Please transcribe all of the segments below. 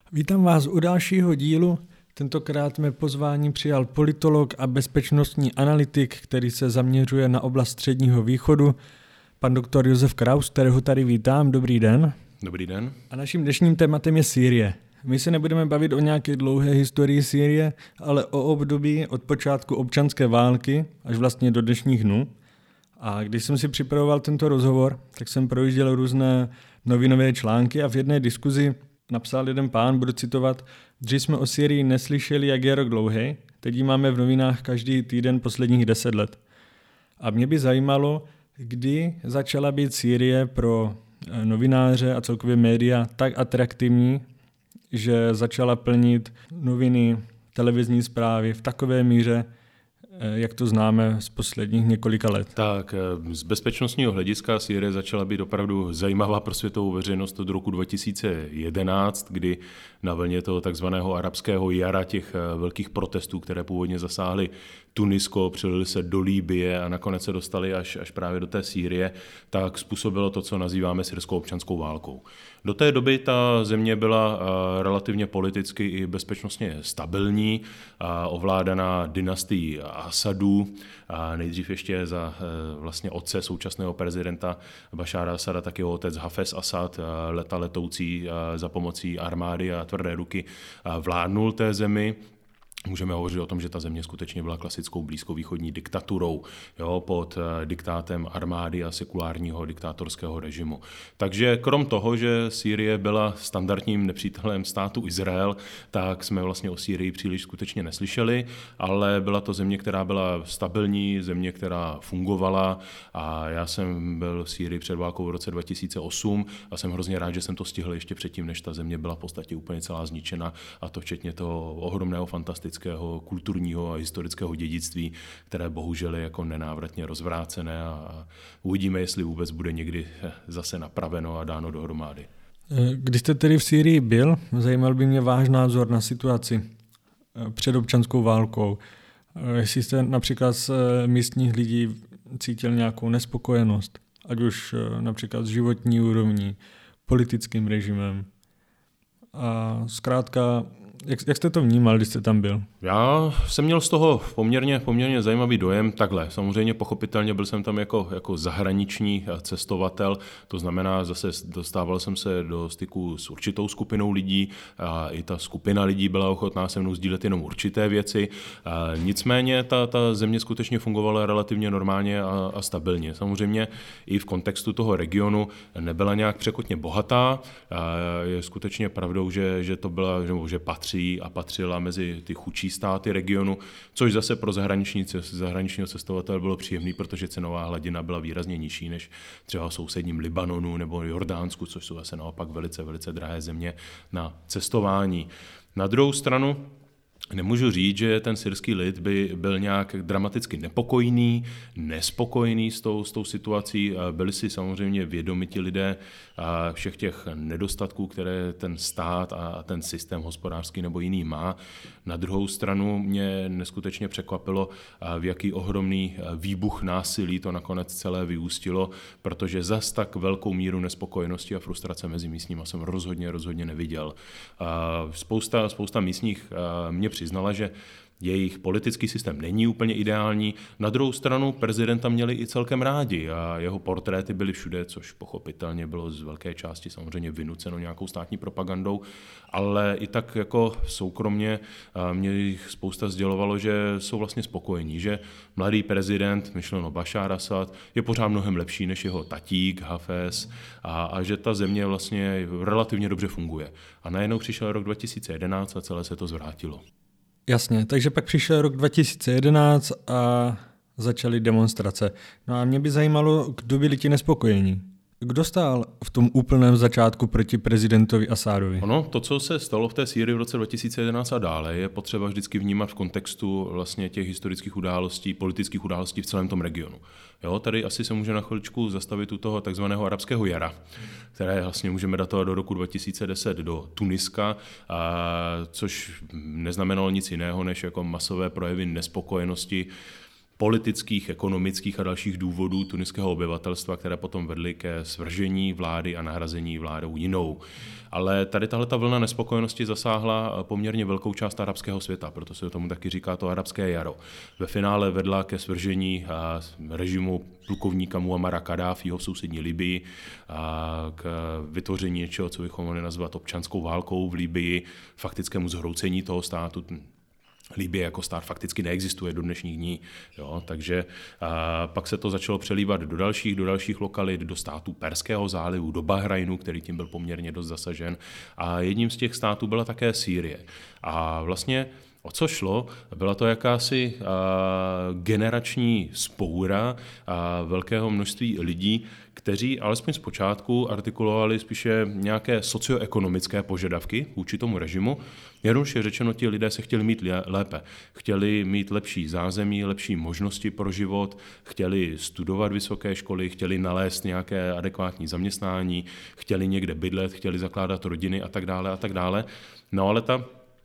Vítám vás u dalšího dílu. Tentokrát mé pozvání přijal politolog a bezpečnostní analytik, který se zaměřuje na oblast Středního východu, pan doktor Josef Kraus, kterého tady vítám. Dobrý den. Dobrý den. A naším dnešním tématem je Sýrie. My se nebudeme bavit o nějaké dlouhé historii Sýrie, ale o období od počátku občanské války až vlastně do dnešních dnů. A když jsem si připravoval tento rozhovor, tak jsem projížděl různé novinové články a v jedné diskuzi napsal jeden pán, budu citovat: dřív jsme o Sýrii neslyšeli, jak je rok dlouhý, teď ji máme v novinách každý týden posledních 10 let. A mě by zajímalo, kdy začala být Sýrie pro novináře a celkově média tak atraktivní, že začala plnit noviny, televizní zprávy v takové míře, jak to známe z posledních několika let. Tak, z bezpečnostního hlediska Sýrie začala být opravdu zajímavá pro světovou veřejnost od roku 2011, kdy na vlně toho takzvaného arabského jara, těch velkých protestů, které původně zasáhly Tunisko, přelili se do Libye a nakonec se dostali až právě do té Sýrie, tak způsobilo to, co nazýváme syrskou občanskou válkou. Do té doby ta země byla relativně politicky i bezpečnostně stabilní, ovládaná dynastií Asadů, nejdřív ještě za vlastně otce současného prezidenta Bašára Asada, tak jeho otec Hafez Asad, letoucí za pomocí armády a tvrdé ruky vládnul té zemi. Můžeme hovořit o tom, že ta země skutečně byla klasickou blízkovýchodní diktaturou, pod diktátem armády a sekulárního diktátorského režimu. Takže krom toho, že Sýrie byla standardním nepřítelem státu Izrael, tak jsme vlastně o Sýrii příliš skutečně neslyšeli, ale byla to země, která byla stabilní, země, která fungovala, a já jsem byl v Sýrii před válkou v roce 2008 a jsem hrozně rád, že jsem to stihl ještě předtím, než ta země byla v podstatě úplně celá zničena, a to včetně toho ohromného fantastického kulturního a historického dědictví, které bohužel je jako nenávratně rozvrácené, a uvidíme, jestli vůbec bude někdy zase napraveno a dáno dohromady. Když jste tedy v Sýrii byl, zajímal by mě váš názor na situaci před občanskou válkou. Jestli jste například z místních lidí cítil nějakou nespokojenost, ať už například s životní úrovní, politickým režimem. A zkrátka, jak jste to vnímal, když jste tam byl? Já jsem měl z toho poměrně zajímavý dojem. Takhle, samozřejmě pochopitelně byl jsem tam jako zahraniční cestovatel, to znamená, zase dostával jsem se do styku s určitou skupinou lidí, a i ta skupina lidí byla ochotná se mnou sdílet jenom určité věci. Nicméně ta země skutečně fungovala relativně normálně a stabilně. Samozřejmě i v kontextu toho regionu nebyla nějak překotně bohatá. Je skutečně pravdou, že to byla, že patřila mezi ty chudší státy regionu, což zase pro zahraničního cestovatele bylo příjemný, protože cenová hladina byla výrazně nižší než třeba v sousedním Libanonu nebo Jordánsku, což jsou zase naopak velice, velice drahé země na cestování. Na druhou stranu nemůžu říct, že ten syrský lid by byl nějak dramaticky nespokojený s tou situací. Byli si samozřejmě vědomi ti lidé všech těch nedostatků, které ten stát a ten systém hospodářský nebo jiný má. Na druhou stranu mě neskutečně překvapilo, v jaký ohromný výbuch násilí to nakonec celé vyústilo, protože zas tak velkou míru nespokojenosti a frustrace mezi místníma jsem rozhodně neviděl. Spousta místních mě přiznala, že jejich politický systém není úplně ideální. Na druhou stranu prezidenta měli i celkem rádi a jeho portréty byly všude, což pochopitelně bylo z velké části samozřejmě vynuceno nějakou státní propagandou, ale i tak jako soukromně mě jich spousta sdělovalo, že jsou vlastně spokojení, že mladý prezident, myšleno Bašár Asad, je pořád mnohem lepší než jeho tatík Hafez, a že ta země vlastně relativně dobře funguje. A najednou přišel rok 2011 a celé se to zvrátilo. Jasně, takže pak přišel rok 2011 a začaly demonstrace. No a mě by zajímalo, kdo byli ti nespokojení. Kdo stál v tom úplném začátku proti prezidentovi Asadovi? To, co se stalo v té Sýrii v roce 2011 a dále, je potřeba vždycky vnímat v kontextu vlastně těch historických událostí, politických událostí v celém tom regionu. Tady asi se může na chviličku zastavit u toho takzvaného arabského jara, které vlastně můžeme datovat do roku 2010 do Tuniska, což neznamenalo nic jiného, než jako masové projevy nespokojenosti politických, ekonomických a dalších důvodů tuniského obyvatelstva, které potom vedly ke svržení vlády a nahrazení vládou jinou. Ale tady tahleta vlna nespokojenosti zasáhla poměrně velkou část arabského světa, proto se tomu taky říká to arabské jaro. Ve finále vedla ke svržení režimu plukovníka Muammara Kaddáfího v sousední Libyi, k vytvoření něčeho, co bychom mohli nazvat občanskou válkou v Libyi, faktickému zhroucení toho státu. Libye jako stát fakticky neexistuje do dnešních dní, jo, takže pak se to začalo přelívat do dalších lokalit, do států Perského zálivu, do Bahrajnu, který tím byl poměrně dost zasažen, a jedním z těch států byla také Sýrie. A vlastně o co šlo? Byla to jakási generační vzpoura velkého množství lidí, kteří alespoň zpočátku artikulovali spíše nějaké socioekonomické požadavky vůči tomu režimu. Jednoduše řečeno, ti lidé se chtěli mít lépe. Chtěli mít lepší zázemí, lepší možnosti pro život, chtěli studovat vysoké školy, chtěli nalézt nějaké adekvátní zaměstnání, chtěli někde bydlet, chtěli zakládat rodiny a tak dále a tak dále. No ale ta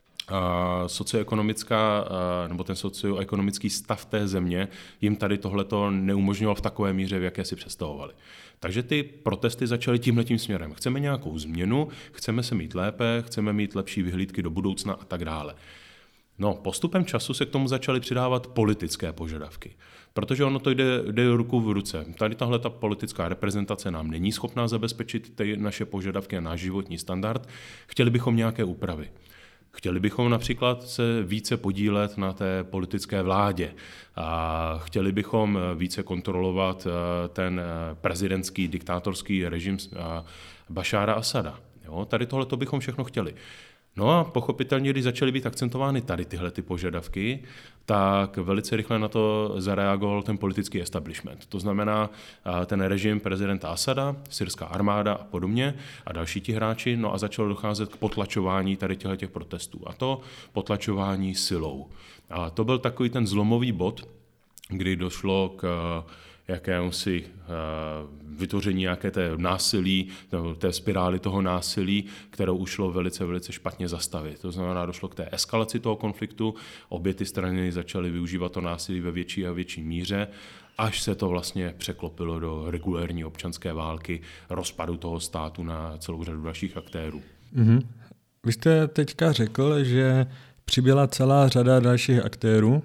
socioekonomická, nebo ten socioekonomický stav té země jim tady tohleto neumožňoval v takové míře, v jaké si představovali. Takže ty protesty začaly tímhletím směrem. Chceme nějakou změnu, chceme se mít lépe, chceme mít lepší vyhlídky do budoucna a tak dále. No, postupem času se k tomu začaly přidávat politické požadavky, protože ono to jde ruku v ruce. Tady tahle ta politická reprezentace nám není schopná zabezpečit ty naše požadavky a náš životní standard. Chtěli bychom nějaké úpravy. Chtěli bychom například se více podílet na té politické vládě a chtěli bychom více kontrolovat ten prezidentský diktátorský režim Bašára Asada. Jo, tady tohleto bychom všechno chtěli. No a pochopitelně, když začaly být akcentovány tady tyhle ty požadavky, tak velice rychle na to zareagoval ten politický establishment. To znamená ten režim prezidenta Asada, syrská armáda a podobně a další ti hráči, no a začalo docházet k potlačování tady těch protestů. A to potlačování silou. A to byl takový ten zlomový bod, kdy došlo k jakémusi vytvoření nějaké té násilí, té spirály toho násilí, kterou už šlo velice, velice špatně zastavit. To znamená, došlo k té eskalaci toho konfliktu, obě ty strany začaly využívat to násilí ve větší a větší míře, až se to vlastně překlopilo do regulérní občanské války, rozpadu toho státu na celou řadu dalších aktérů. Mm-hmm. Vy jste teďka řekl, že přibyla celá řada dalších aktérů,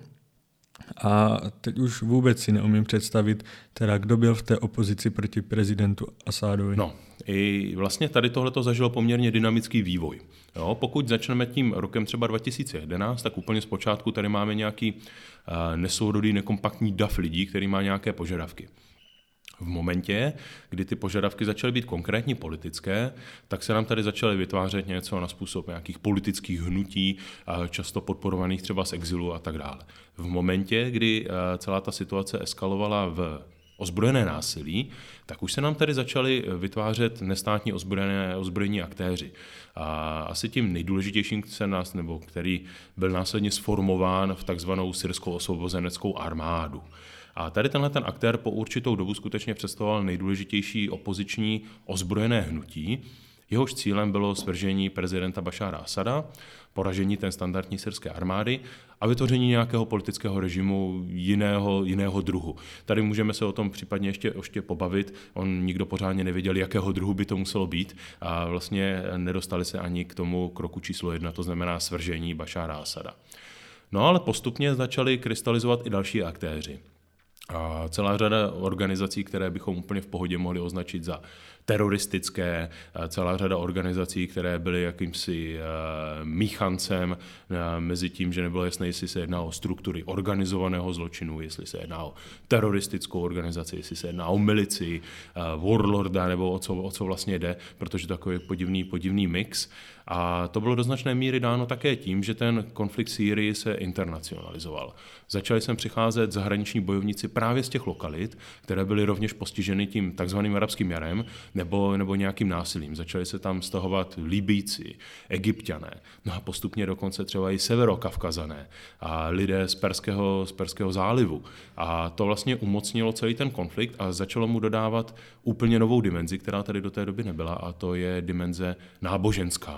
a teď už vůbec si neumím představit, teda kdo byl v té opozici proti prezidentu Asadovi. No, i vlastně tady tohleto zažilo poměrně dynamický vývoj. Jo, pokud začneme tím rokem třeba 2011, tak úplně zpočátku tady máme nějaký nesourodý, nekompaktní dav lidí, který má nějaké požadavky. V momentě, kdy ty požadavky začaly být konkrétní politické, tak se nám tady začaly vytvářet něco na způsob nějakých politických hnutí, často podporovaných třeba z exilu a tak dále. V momentě, kdy celá ta situace eskalovala v ozbrojené násilí, tak už se nám tady začaly vytvářet nestátní ozbrojení aktéři. A asi tím nejdůležitějším který byl následně sformován v takzvanou syrskou osvobozeneckou armádu. A tady tenhle ten aktér po určitou dobu skutečně představoval nejdůležitější opoziční ozbrojené hnutí. Jehož cílem bylo svržení prezidenta Bašára Asada, poražení té standardní syrské armády a vytvoření nějakého politického režimu jiného druhu. Tady můžeme se o tom případně ještě pobavit. Nikdo pořádně nevěděl, jakého druhu by to muselo být a vlastně nedostali se ani k tomu kroku číslo 1, to znamená svržení Bašára Asada. No ale postupně začali krystalizovat i další aktéři. A celá řada organizací, které bychom úplně v pohodě mohli označit za teroristické, celá řada organizací, které byly jakýmsi míchancem mezi tím, že nebylo jasné, jestli se jedná o struktury organizovaného zločinu, jestli se jedná o teroristickou organizaci, jestli se jedná o milici, warlorda, nebo o co vlastně jde, protože takový podivný mix. A to bylo do značné míry dáno také tím, že ten konflikt Sýrii se internacionalizoval. Začali sem přicházet zahraniční bojovníci právě z těch lokalit, které byly rovněž postiženy tím takzvaným arabským jarem nebo nějakým násilím. Začali se tam stahovat Libijci, Egypťané, no a postupně dokonce třeba i Severokavkazané a lidé z Perského zálivu. A to vlastně umocnilo celý ten konflikt a začalo mu dodávat úplně novou dimenzi, která tady do té doby nebyla, a to je dimenze náboženská.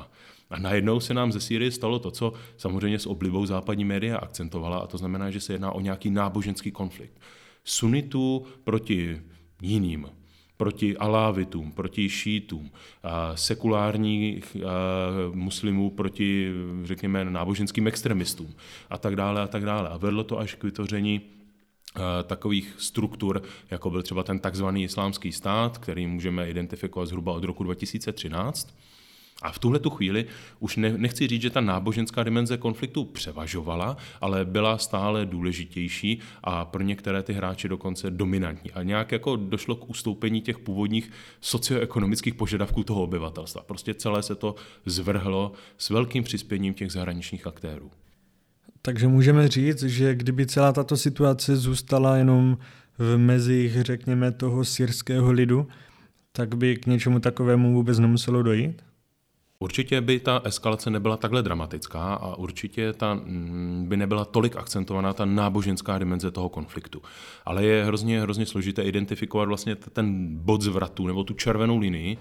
A najednou se nám ze Sýrie stalo to, co samozřejmě s oblibou západní média akcentovala, a to znamená, že se jedná o nějaký náboženský konflikt. Sunitů proti jiným, proti alávitům, proti šítům, sekulárních muslimů proti, řekněme, náboženským extremistům a tak dále a tak dále. A vedlo to až k vytvoření takových struktur, jako byl třeba ten takzvaný islámský stát, který můžeme identifikovat zhruba od roku 2013. A v tuhletu chvíli už nechci říct, že ta náboženská dimenze konfliktu převažovala, ale byla stále důležitější a pro některé ty hráče dokonce dominantní. A nějak jako došlo k ustoupení těch původních socioekonomických požadavků toho obyvatelstva. Prostě celé se to zvrhlo s velkým přispěním těch zahraničních aktérů. Takže můžeme říct, že kdyby celá tato situace zůstala jenom v mezích, řekněme, toho syrského lidu, tak by k něčemu takovému vůbec nemuselo dojít? Určitě by ta eskalace nebyla takhle dramatická a určitě by nebyla tolik akcentovaná ta náboženská dimenze toho konfliktu. Ale je hrozně složité identifikovat vlastně ten bod zvratu nebo tu červenou linii,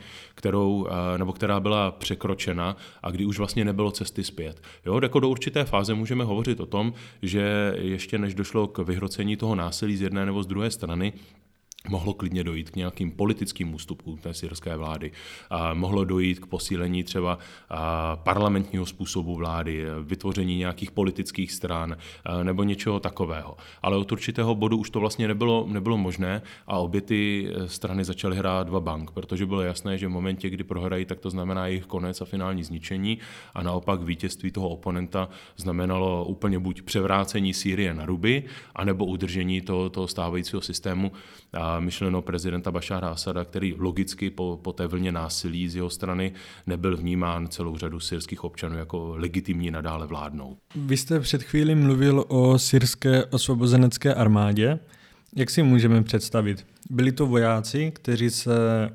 která byla překročena a kdy už vlastně nebylo cesty zpět. Jo, jako do určité fáze můžeme hovořit o tom, že ještě než došlo k vyhrocení toho násilí z jedné nebo z druhé strany, mohlo klidně dojít k nějakým politickým ústupkům té syrské vlády. Mohlo dojít k posílení třeba parlamentního způsobu vlády, vytvoření nějakých politických stran nebo něčeho takového. Ale od určitého bodu už to vlastně nebylo možné a obě ty strany začaly hrát vabank, protože bylo jasné, že v momentě, kdy prohrají, tak to znamená jejich konec a finální zničení a naopak vítězství toho oponenta znamenalo úplně buď převrácení Sýrie na ruby, anebo udržení toho stávajícího systému, myšleno prezidenta Bašára Asada, který logicky po té vlně násilí z jeho strany nebyl vnímán celou řadu syrských občanů jako legitimní nadále vládnout. Vy jste před chvílí mluvil o syrské osvobozenecké armádě. Jak si můžeme představit? Byli to vojáci, kteří se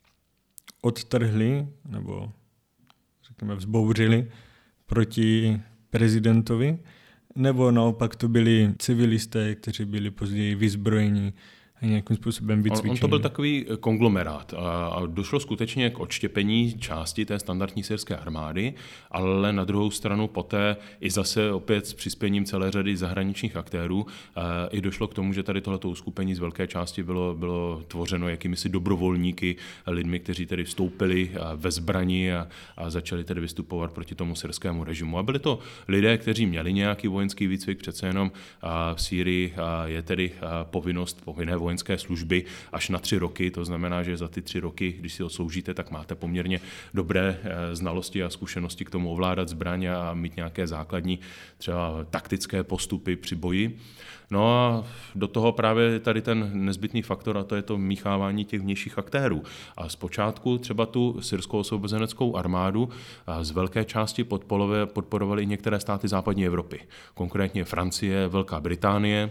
odtrhli nebo řekněme vzbouřili proti prezidentovi, nebo naopak to byli civilisté, kteří byli později vyzbrojeni a nějakým způsobem vycvičení? On to byl takový konglomerát a došlo skutečně k odštěpení části té standardní syrské armády, ale na druhou stranu poté i zase opět s přispěním celé řady zahraničních aktérů i došlo k tomu, že tady tohleto uskupení z velké části bylo tvořeno jakýmisi dobrovolníky, lidmi, kteří tedy vstoupili ve zbrani a začali tedy vystupovat proti tomu syrskému režimu. A byli to lidé, kteří měli nějaký vojenský výcvik, přece jenom v Sýrii je tedy povinné vojenské služby až na 3 roky, to znamená, že za ty 3 roky, když si odsloužíte, tak máte poměrně dobré znalosti a zkušenosti k tomu ovládat zbraň a mít nějaké základní třeba taktické postupy při boji. No a do toho právě tady ten nezbytný faktor, a to je to míchávání těch vnějších aktérů. A zpočátku třeba tu syrskou osvobozeneckou armádu z velké části podporovaly i některé státy západní Evropy, konkrétně Francie, Velká Británie,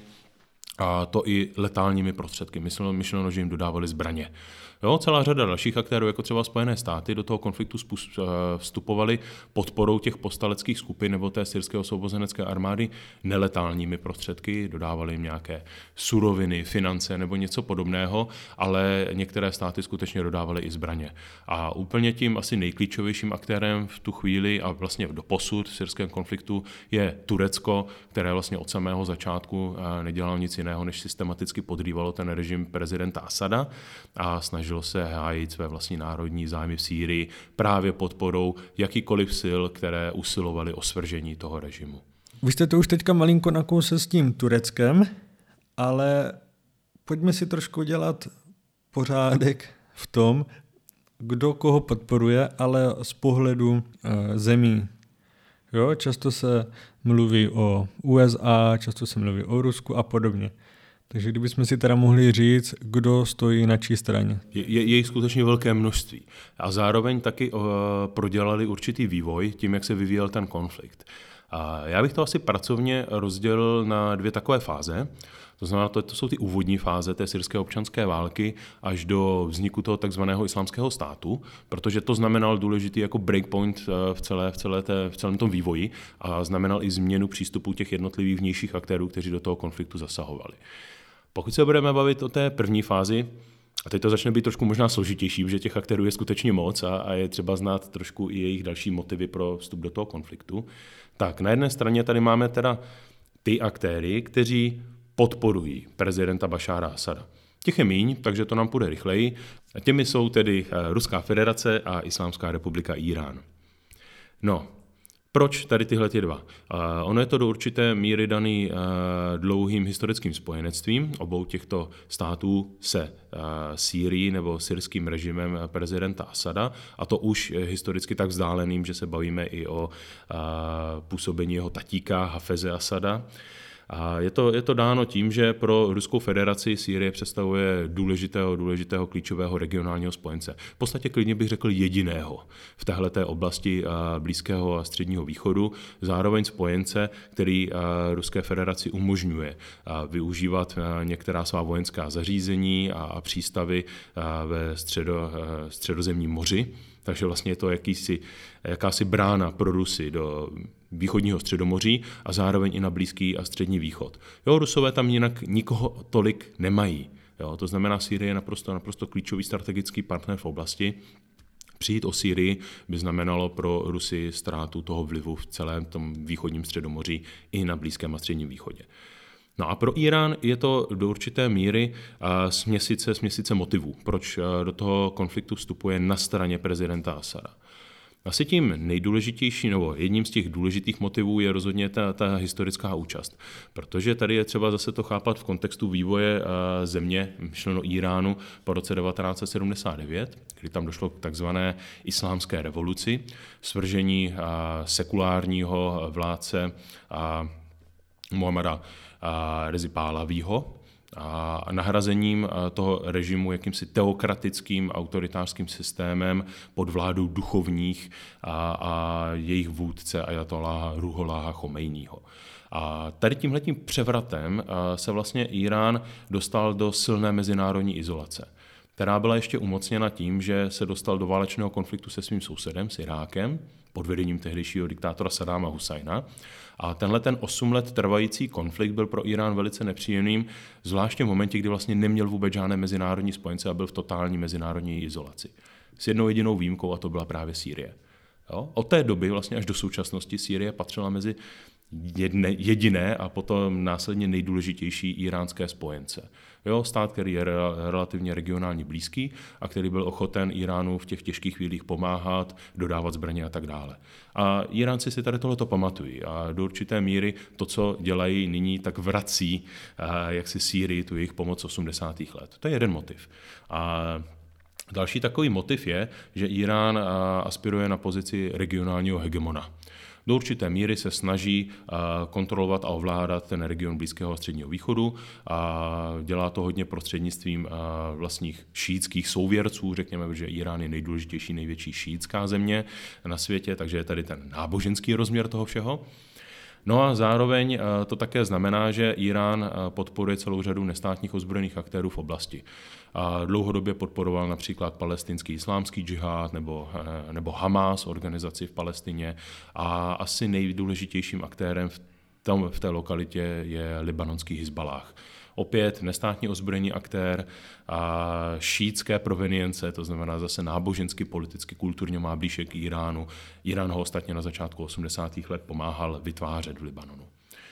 a to i letálními prostředky. Myšleno, že jim dodávali zbraně. Jo, celá řada dalších aktérů, jako třeba Spojené státy, do toho konfliktu vstupovali podporou těch povstaleckých skupin nebo té syrské osvobozenecké armády neletálními prostředky, dodávali jim nějaké suroviny, finance nebo něco podobného, ale některé státy skutečně dodávaly i zbraně. A úplně tím asi nejklíčovějším aktérem v tu chvíli a vlastně doposud v syrském konfliktu je Turecko, které vlastně od samého začátku nedělalo nic jiného, než systematicky podrývalo ten režim prezidenta Asada a snažilo se hájit své vlastní národní zájmy v Sýrii právě podporou jakýkoliv sil, které usilovaly o svržení toho režimu. Vy jste to už teďka malinko nakousl s tím Tureckem, ale pojďme si trošku dělat pořádek v tom, kdo koho podporuje, ale z pohledu zemí. Jo, často se mluví o USA, často se mluví o Rusku a podobně. Takže kdybychom si teda mohli říct, kdo stojí na čí straně. Je jich skutečně velké množství. A zároveň taky prodělali určitý vývoj tím, jak se vyvíjel ten konflikt. A já bych to asi pracovně rozdělil na 2 takové fáze. To znamená, to jsou ty úvodní fáze té syrské občanské války až do vzniku toho takzvaného islámského státu, protože to znamenal důležitý jako breakpoint v celém tom vývoji a znamenal i změnu přístupu těch jednotlivých vnějších aktérů, kteří do toho konfliktu zasahovali. Pokud se budeme bavit o té první fázi, A teď to začne být trošku možná složitější, protože těch aktérů je skutečně moc a je třeba znát trošku i jejich další motivy pro vstup do toho konfliktu. Tak na jedné straně tady máme teda ty aktéry, kteří podporují prezidenta Bašára Asada. Těch je míň, takže to nám půjde rychleji. A těmi jsou tedy Ruská federace a Islámská republika Írán. No, proč tady tyhle dva? Ono je to do určité míry daný dlouhým historickým spojenectvím obou těchto států se Sýrií nebo syrským režimem prezidenta Asada, a to už historicky tak vzdáleným, že se bavíme i o působení jeho tatíka Hafeze Asada. A je to dáno tím, že pro Ruskou federaci Sýrie představuje důležitého klíčového regionálního spojence. V podstatě klidně bych řekl jediného v téhleté oblasti Blízkého a Středního východu, zároveň spojence, který Ruské federaci umožňuje využívat některá svá vojenská zařízení a přístavy ve středozemním moři. Takže vlastně je to jakási brána pro Rusy do východního Středomoří a zároveň i na Blízký a Střední východ. Jo, Rusové tam jinak nikoho tolik nemají. Jo, to znamená, Sýrie je naprosto klíčový strategický partner v oblasti. Přijít o Sýrii by znamenalo pro Rusy ztrátu toho vlivu v celém tom východním Středomoří i na Blízkém a Středním východě. No a pro Irán je to do určité míry směsice motivů, proč do toho konfliktu vstupuje na straně prezidenta Asada. Asi tím nejdůležitější, nebo jedním z těch důležitých motivů je rozhodně ta historická účast. Protože tady je třeba zase to chápat v kontextu vývoje země, myšleno Iránu, po roce 1979, kdy tam došlo k takzvané islámské revoluci, svržení sekulárního vládce Muhammada Rezi Pahlavího a nahrazením toho režimu jakýmsi teokratickým autoritářským systémem pod vládou duchovních a jejich vůdce ajatolláha Ruholláha Chomejního. A tady tímhletím převratem se vlastně Irán dostal do silné mezinárodní izolace, která byla ještě umocněna tím, že se dostal do válečného konfliktu se svým sousedem, s Irákem, pod vedením tehdejšího diktátora Saddáma Husajna. A tenhle 8 let trvající konflikt byl pro Irán velice nepříjemným, zvláště v momentě, kdy vlastně neměl vůbec žádné mezinárodní spojence a byl v totální mezinárodní izolaci. S jednou jedinou výjimkou, a to byla právě Sýrie. Jo? Od té doby vlastně až do současnosti Sýrie patřila mezi jediné a potom následně nejdůležitější iránské spojence. Jo, stát, který je relativně regionálně blízký a který byl ochoten Iránu v těch těžkých chvílích pomáhat, dodávat zbraně a tak dále. A Iránci si tady tohleto pamatují a do určité míry to, co dělají nyní, tak vrací jaksi Sýrii tu jejich pomoc 80. let. To je jeden motiv. A další takový motiv je, že Irán aspiruje na pozici regionálního hegemona. Do určité míry se snaží kontrolovat a ovládat ten region Blízkého a Středního východu a dělá to hodně prostřednictvím vlastních šíitských souvěrců. Řekněme, že Irán je nejdůležitější, největší šíitská země na světě, takže je tady ten náboženský rozměr toho všeho. No a zároveň to také znamená, že Irán podporuje celou řadu nestátních ozbrojených aktérů v oblasti. A dlouhodobě podporoval například palestinský islámský džihád nebo Hamas, organizaci v Palestině, a asi nejdůležitějším aktérem v té lokalitě je libanonský Hizballáh. Opět nestátní ozbrojený aktér a šíitské provenience, to znamená zase nábožensky, politicky, kulturně má blíže k Iránu. Irán ho ostatně na začátku 80. let pomáhal vytvářet v Libanonu.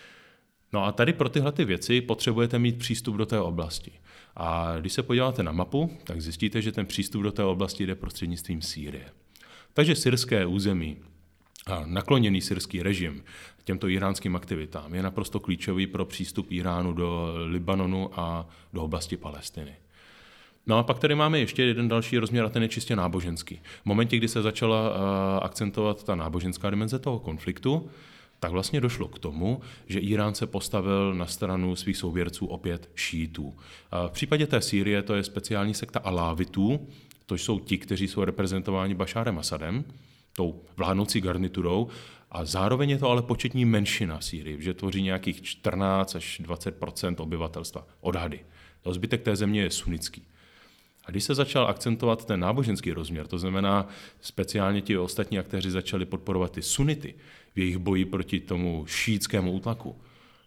No a tady pro tyhle ty věci potřebujete mít přístup do té oblasti. A když se podíváte na mapu, tak zjistíte, že ten přístup do té oblasti jde prostřednictvím Sýrie. Takže syrské území a nakloněný syrský režim těmto iránským aktivitám je naprosto klíčový pro přístup Iránu do Libanonu a do oblasti Palestiny. No a pak tady máme ještě jeden další rozměr a ten je čistě náboženský. V momentě, kdy se začala akcentovat ta náboženská dimenze toho konfliktu, tak vlastně došlo k tomu, že Irán se postavil na stranu svých souvěrců opět šítů. V případě té Sýrie to je speciální sekta alávitů, to jsou ti, kteří jsou reprezentováni Bašárem Asadem, tou vládnoucí garniturou, a zároveň je to ale početní menšina v Sýrii, že tvoří nějakých 14 až 20% obyvatelstva, odhady. Zbytek té země je sunnický. A když se začal akcentovat ten náboženský rozměr, to znamená speciálně ti ostatní aktéři začali podporovat ty sunnity v jejich boji proti tomu šíitskému útlaku,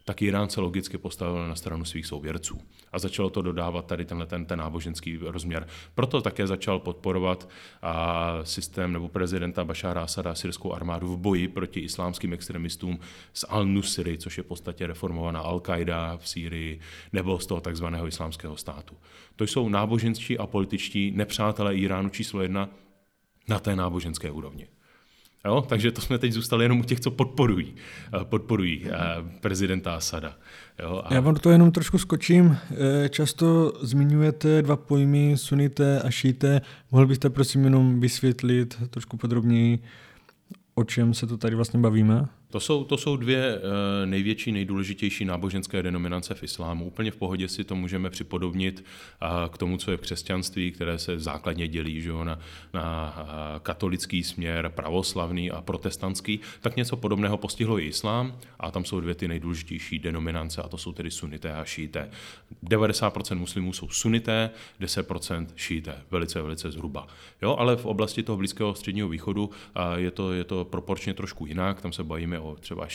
tak Irán se logicky postavil na stranu svých souvěrců. A začalo to dodávat tady ten náboženský rozměr. Proto také začal podporovat systém nebo prezidenta Bašára Asada, syrskou armádu v boji proti islámským extremistům z Al-Nusry, což je v podstatě reformovaná Al-Qaida v Sýrii, nebo z toho takzvaného islámského státu. To jsou náboženští a političtí nepřátelé Iránu číslo 1 na té náboženské úrovni. Jo? Takže to jsme teď zůstali jenom u těch, co podporují prezidenta Asada. Jo? Já vám do toho jenom trošku skočím. Často zmiňujete dva pojmy sunité a šíité. Mohl byste prosím jenom vysvětlit trošku podrobněji, o čem se to tady vlastně bavíme? To jsou dvě největší, nejdůležitější náboženské denominace v islámu. Úplně v pohodě si to můžeme připodobnit k tomu, co je v křesťanství, které se základně dělí, že jo, na katolický směr, pravoslavný a protestantský. Tak něco podobného postihlo i islám a tam jsou dvě ty nejdůležitější denominace a to jsou tedy sunité a šíité. 90% muslimů jsou sunité, 10% šíité, velice, velice zhruba. Jo, ale v oblasti toho Blízkého středního východu je to proporčně trošku jinak, tam se bavíme o třeba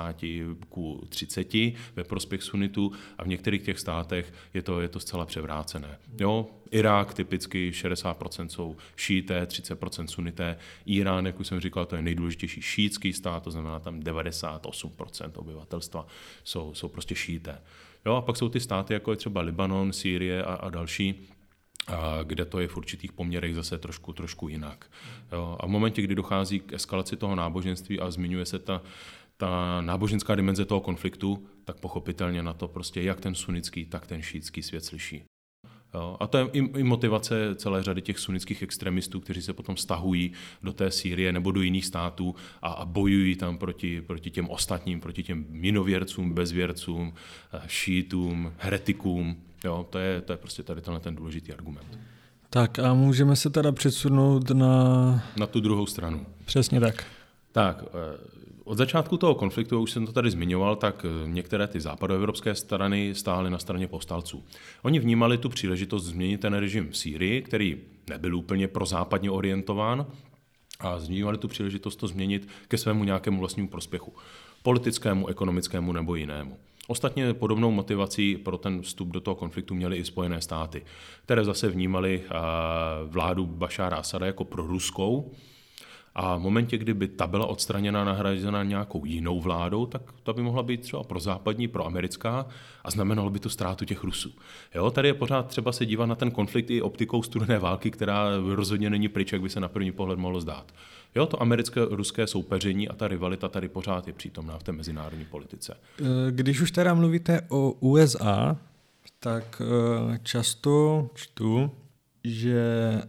60:30 ve prospěch sunitů a v některých těch státech je to zcela převrácené. Jo, Irák typicky 60% jsou šíité, 30% sunité. Irán, jak už jsem říkal, to je nejdůležitější šítský stát, to znamená tam 98% obyvatelstva jsou prostě šíité. Jo, a pak jsou ty státy, jako je třeba Libanon, Sýrie a další, kde to je v určitých poměrech zase trošku jinak. Jo, a v momentě, kdy dochází k eskalaci toho náboženství a zmiňuje se ta náboženská dimenze toho konfliktu, tak pochopitelně na to prostě jak ten sunnický, tak ten šítský svět slyší. Jo, a to je i motivace celé řady těch sunnických extremistů, kteří se potom stahují do té Sýrie nebo do jiných států a bojují tam proti těm ostatním, proti těm minověrcům, bezvěrcům, šítům, heretikům. Jo, to je prostě tady ten důležitý argument. Tak a můžeme se teda přesunout na tu druhou stranu. Přesně tak. Tak, od začátku toho konfliktu, už jsem to tady zmiňoval, tak některé ty západoevropské strany stály na straně povstalců. Oni vnímali tu příležitost změnit ten režim v Sýrii, který nebyl úplně prozápadně orientován, a vnímali tu příležitost to změnit ke svému nějakému vlastnímu prospěchu. Politickému, ekonomickému nebo jinému. Ostatně podobnou motivací pro ten vstup do toho konfliktu měly i Spojené státy, které zase vnímaly vládu Bašára Asada jako proruskou. A v momentě, kdyby ta byla odstraněna, nahrazena nějakou jinou vládou, tak ta by mohla být třeba prozápadní, proamerická a znamenalo by to ztrátu těch Rusů. Jo, tady je pořád třeba se dívat na ten konflikt i optikou studené války, která rozhodně není pryč, jak by se na první pohled mohlo zdát. Jo, to americké-ruské soupeření a ta rivalita tady pořád je přítomná v té mezinárodní politice. Když už teda mluvíte o USA, tak často čtu, že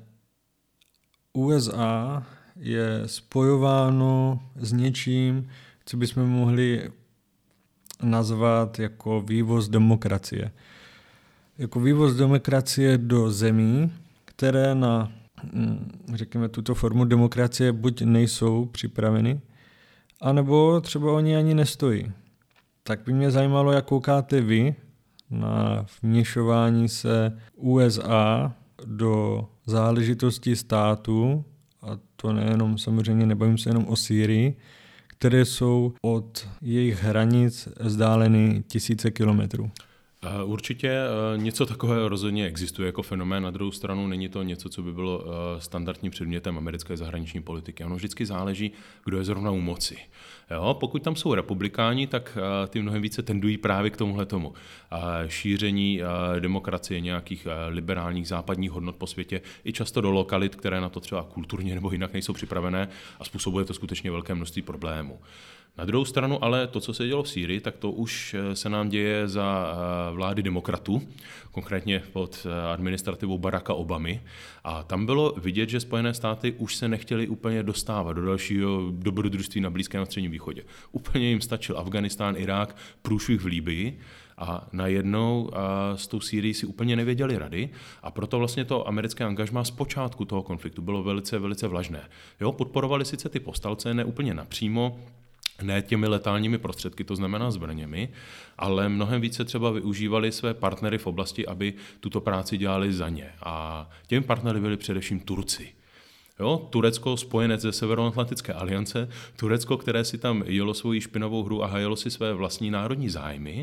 USA je spojováno s něčím, co bychom mohli nazvat jako vývoz demokracie. Jako vývoz demokracie do zemí, které na, řekněme, tuto formu demokracie buď nejsou připraveny, anebo třeba oni ani nestojí. Tak by mě zajímalo, jak koukáte vy na vměšování se USA do záležitostí státu, a to nejenom, samozřejmě nebavím se jenom o Sýrii, které jsou od jejich hranic vzdáleny tisíce kilometrů. Určitě něco takového rozhodně existuje jako fenomén. Na druhou stranu není to něco, co by bylo standardním předmětem americké zahraniční politiky. Ono vždycky záleží, kdo je zrovna u moci. Jo, pokud tam jsou republikáni, tak ty mnohem více tendují právě k tomuhletomu. Šíření demokracie, nějakých liberálních západních hodnot po světě, i často do lokalit, které na to třeba kulturně nebo jinak nejsou připravené a způsobuje to skutečně velké množství problémů. Na druhou stranu ale to, co se dělo v Sýrii, tak to už se nám děje za vlády demokratů, konkrétně pod administrativou Baracka Obamy. A tam bylo vidět, že Spojené státy už se nechtěly úplně dostávat do dalšího dobrodružství na Blízkém a Středním východě. Úplně jim stačil Afghánistán, Irák, průšvih v Libyi a najednou s tou Sýrií si úplně nevěděli rady a proto vlastně to americké angažmá z počátku toho konfliktu bylo velice, velice vlažné. Jo, podporovali sice ty povstalce, ne úplně napřímo, ne těmi letálními prostředky, to znamená zbraněmi, ale mnohem více třeba využívali své partnery v oblasti, aby tuto práci dělali za ně. A těmi partnery byli především Turci. Jo, Turecko, spojenec ze Severoatlantické aliance, Turecko, které si tam jelo svoji špinavou hru a hajelo si své vlastní národní zájmy,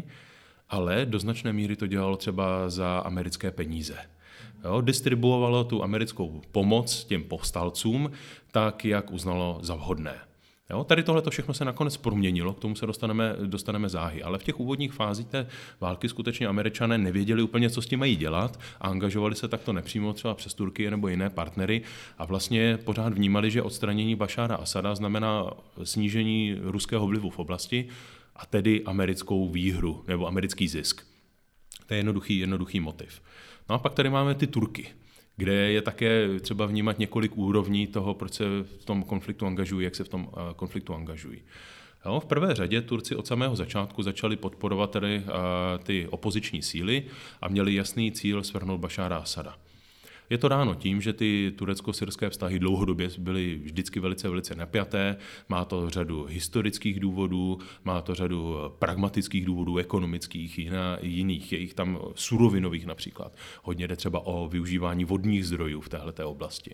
ale do značné míry to dělalo třeba za americké peníze. Jo, distribuovalo tu americkou pomoc těm povstalcům tak, jak uznalo za vhodné. Jo, tady tohle všechno se nakonec proměnilo, k tomu se dostaneme záhy, ale v těch úvodních fázích té války skutečně Američané nevěděli úplně, co s tím mají dělat a angažovali se takto nepřímo třeba přes Turky nebo jiné partnery a vlastně pořád vnímali, že odstranění Bašára Asada znamená snížení ruského vlivu v oblasti a tedy americkou výhru nebo americký zisk. To je jednoduchý motiv. No a pak tady máme ty Turky, kde je také třeba vnímat několik úrovní toho, proč se v tom konfliktu angažují, jak se v tom konfliktu angažují. Jo, v prvé řadě Turci od samého začátku začali podporovat tady ty opoziční síly a měli jasný cíl svrhnout Bašára Asada. Je to dáno tím, že ty turecko-syrské vztahy dlouhodobě byly vždycky velice napjaté, má to řadu historických důvodů, má to řadu pragmatických důvodů, ekonomických, jiných, je jich tam surovinových například. Hodně jde třeba o využívání vodních zdrojů v téhleté oblasti.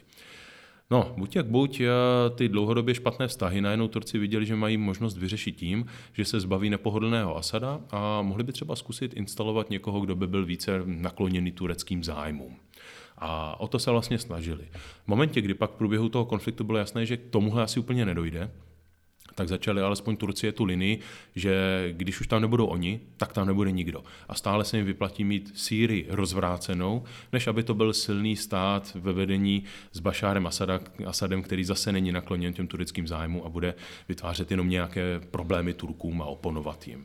No, buď jak buď, ty dlouhodobě špatné vztahy najednou Turci viděli, že mají možnost vyřešit tím, že se zbaví nepohodlného Asada a mohli by třeba zkusit instalovat někoho, kdo by byl více nakloněný tureckým zájmům. A o to se vlastně snažili. V momentě, kdy pak v průběhu toho konfliktu bylo jasné, že k tomuhle asi úplně nedojde, tak začali alespoň Turcie tu linii, že když už tam nebudou oni, tak tam nebude nikdo. A stále se jim vyplatí mít Sýrii rozvrácenou, než aby to byl silný stát ve vedení s Bašárem Asadem, který zase není nakloněn těm tureckým zájmům a bude vytvářet jenom nějaké problémy Turkům a oponovat jim.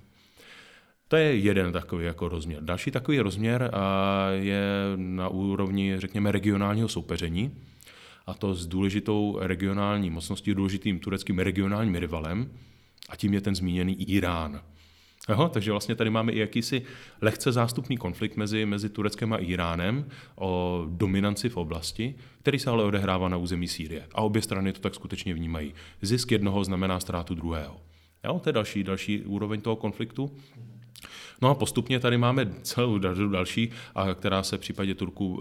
To je jeden takový jako rozměr. Další takový rozměr je na úrovni, řekněme, regionálního soupeření, a to s důležitou regionální mocností, důležitým tureckým regionálním rivalem, a tím je ten zmíněný Irán. Aha, takže vlastně tady máme i jakýsi lehce zástupný konflikt mezi Tureckem a Iránem o dominanci v oblasti, který se ale odehrává na území Sýrie. A obě strany to tak skutečně vnímají. Zisk jednoho znamená ztrátu druhého. Jo, to je další úroveň toho konfliktu. No a postupně tady máme celou další, která se v případě Turků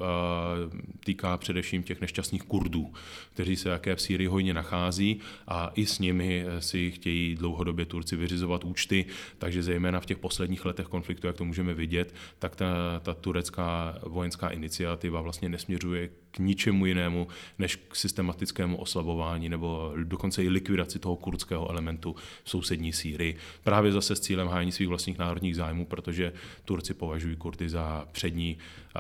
týká především těch nešťastných Kurdů, kteří se také v Sýrii hojně nachází a i s nimi si chtějí dlouhodobě Turci vyřizovat účty, takže zejména v těch posledních letech konfliktu, jak to můžeme vidět, tak ta turecká vojenská iniciativa vlastně nesměřuje k ničemu jinému, než k systematickému oslabování nebo dokonce i likvidaci toho kurdského elementu v sousední Sýrii. Právě zase s cílem hájení svých vlastních národních zájmů, protože Turci považují Kurdy za přední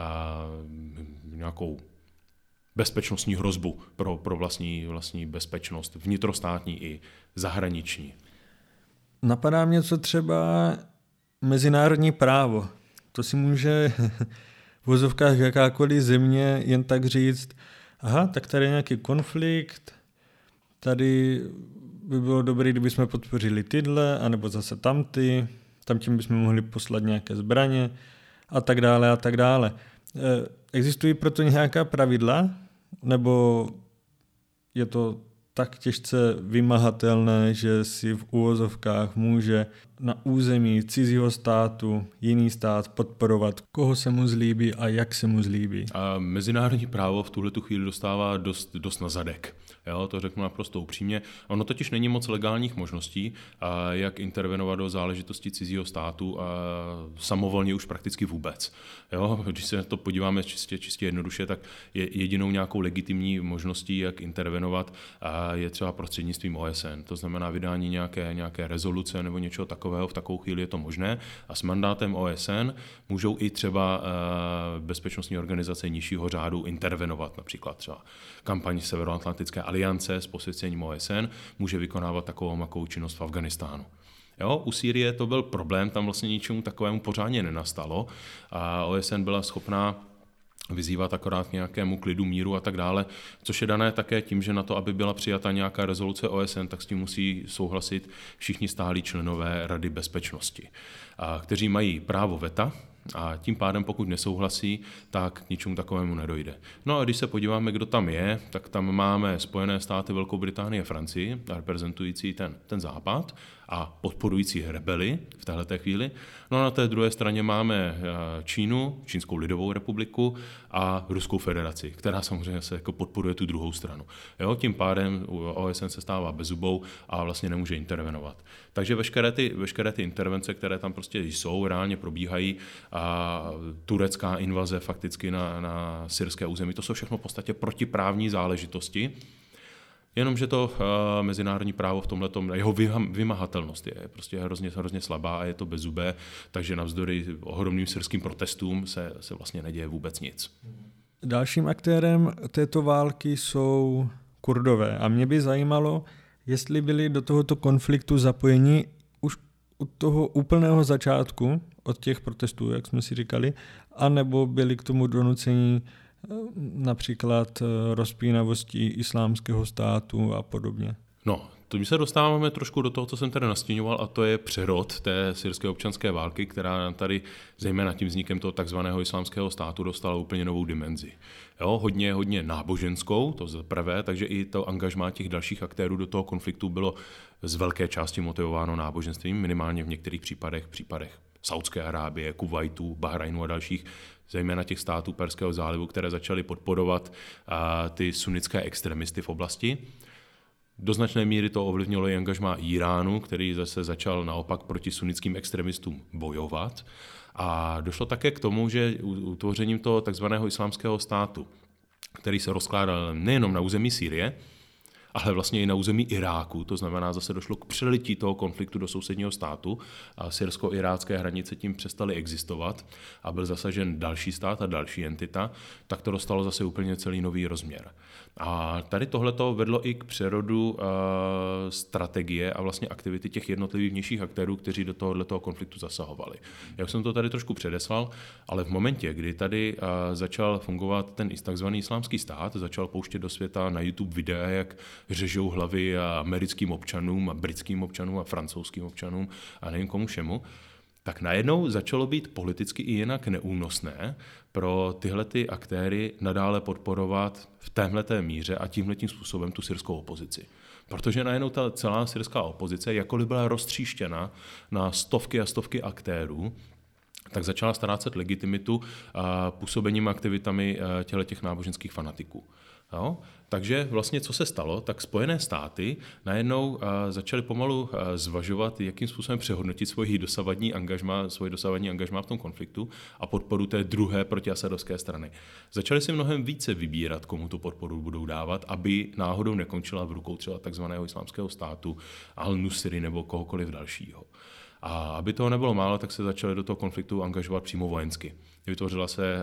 nějakou bezpečnostní hrozbu pro vlastní bezpečnost, vnitrostátní i zahraniční. Napadá mě, co třeba mezinárodní právo. To si může v vozovkách jakákoliv země jen tak říct, aha, tak tady je nějaký konflikt, tady by bylo dobré, kdybychom podpořili tyhle, anebo zase tamty, tam tím bychom mohli poslat nějaké zbraně a tak dále a tak dále. Existují proto nějaká pravidla, nebo je to tak těžce vymahatelné, že si v uvozovkách může na území cizího státu jiný stát podporovat, koho se mu zlíbí a jak se mu zlíbí? A mezinárodní právo v tuhletu chvíli dostává dost na zadek. Jo, to řeknu naprosto upřímně. Ono totiž není moc legálních možností, jak intervenovat do záležitostí cizího státu a samovolně už prakticky vůbec. Jo, když se to podíváme čistě jednoduše, tak je jedinou nějakou legitimní možností, jak intervenovat, je třeba prostřednictvím OSN. To znamená vydání nějaké rezoluce nebo něčeho takového, v takovou chvíli je to možné. A s mandátem OSN můžou i třeba bezpečnostní organizace nižšího řádu intervenovat, například třeba kampaň Severoatlantické aliance s posvěcením OSN může vykonávat takovou činnost v Afghánistánu. Jo, u Sýrie to byl problém, tam vlastně ničemu takovému pořádně nenastalo a OSN byla schopná vyzývat akorát k nějakému klidu, míru a tak dále, což je dané také tím, že na to, aby byla přijata nějaká rezoluce OSN, tak s tím musí souhlasit všichni stálí členové Rady bezpečnosti, kteří mají právo veta a tím pádem, pokud nesouhlasí, tak k ničemu takovému nedojde. No a když se podíváme, kdo tam je, tak tam máme Spojené státy, Velkou Británii a Francii, reprezentující ten západ a podporující rebely v téhleté chvíli. No a na té druhé straně máme Čínu, Čínskou lidovou republiku a Ruskou federaci, která samozřejmě se jako podporuje tu druhou stranu. Jo, tím pádem OSN se stává bezzubou a vlastně nemůže intervenovat. Takže veškeré ty intervence, které tam prostě jsou, reálně probíhají, a turecká invaze fakticky na syrské území, to jsou všechno v podstatě protiprávní záležitosti, jenomže to mezinárodní právo v tomhletom, jeho vymahatelnost je prostě hrozně slabá a je to bezzubé, takže navzdory ohromným syrským protestům se vlastně neděje vůbec nic. Dalším aktérem této války jsou Kurdové a mě by zajímalo, jestli byli do tohoto konfliktu zapojeni už od toho úplného začátku, od těch protestů, jak jsme si říkali, anebo byli k tomu donuceni například rozpínavostí islámského státu a podobně. No, to my se dostáváme trošku do toho, co jsem tady nastíňoval, a to je přerod té syrské občanské války, která tady zejména tím vznikem toho takzvaného islámského státu dostala úplně novou dimenzi. Jo, hodně náboženskou, to za prvé, takže i to angažmá těch dalších aktérů do toho konfliktu bylo z velké části motivováno náboženstvím, minimálně v některých případech Saudské Arábie, Kuvajtu, Bahrajnu a dalších, zejména těch států Perského zálivu, které začaly podporovat ty sunnické extremisty v oblasti. Do značné míry to ovlivnilo i angažmá Iránu, který zase začal naopak proti sunnickým extremistům bojovat. A došlo také k tomu, že utvořením toho takzvaného islámského státu, který se rozkládal nejenom na území Sýrie, ale vlastně i na území Iráku, to znamená, zase došlo k přelití toho konfliktu do sousedního státu a syrsko-irácké hranice tím přestaly existovat a byl zasažen další stát a další entita, tak to dostalo zase úplně celý nový rozměr. A tady tohleto vedlo i k přerodu strategie a vlastně aktivity těch jednotlivých vnějších aktérů, kteří do tohoto konfliktu zasahovali. Jak jsem to tady trošku předeslal, ale v momentě, kdy tady začal fungovat ten takzvaný islámský stát, začal pouštět do světa na YouTube videa, jak řežou hlavy americkým občanům a britským občanům a francouzským občanům a nevím komu všemu, tak najednou začalo být politicky i jinak neúnosné pro tyhle ty aktéry nadále podporovat v téhleté míře a tímhletím způsobem tu syrskou opozici. Protože najednou ta celá syrská opozice, jakkoliv byla roztříštěna na stovky a stovky aktérů, tak začala ztrácet legitimitu působením aktivitami těch náboženských fanatiků. Jo? Takže vlastně co se stalo, tak Spojené státy najednou začaly pomalu zvažovat, jakým způsobem přehodnotit svoje dosavadní angažmá v tom konfliktu a podporu té druhé protiasadovské strany. Začaly si mnohem více vybírat, komu tu podporu budou dávat, aby náhodou nekončila v rukou třeba takzvaného islámského státu, al-Nusry nebo kohokoliv dalšího. A aby toho nebylo málo, tak se začaly do toho konfliktu angažovat přímo vojensky. Vytvořila se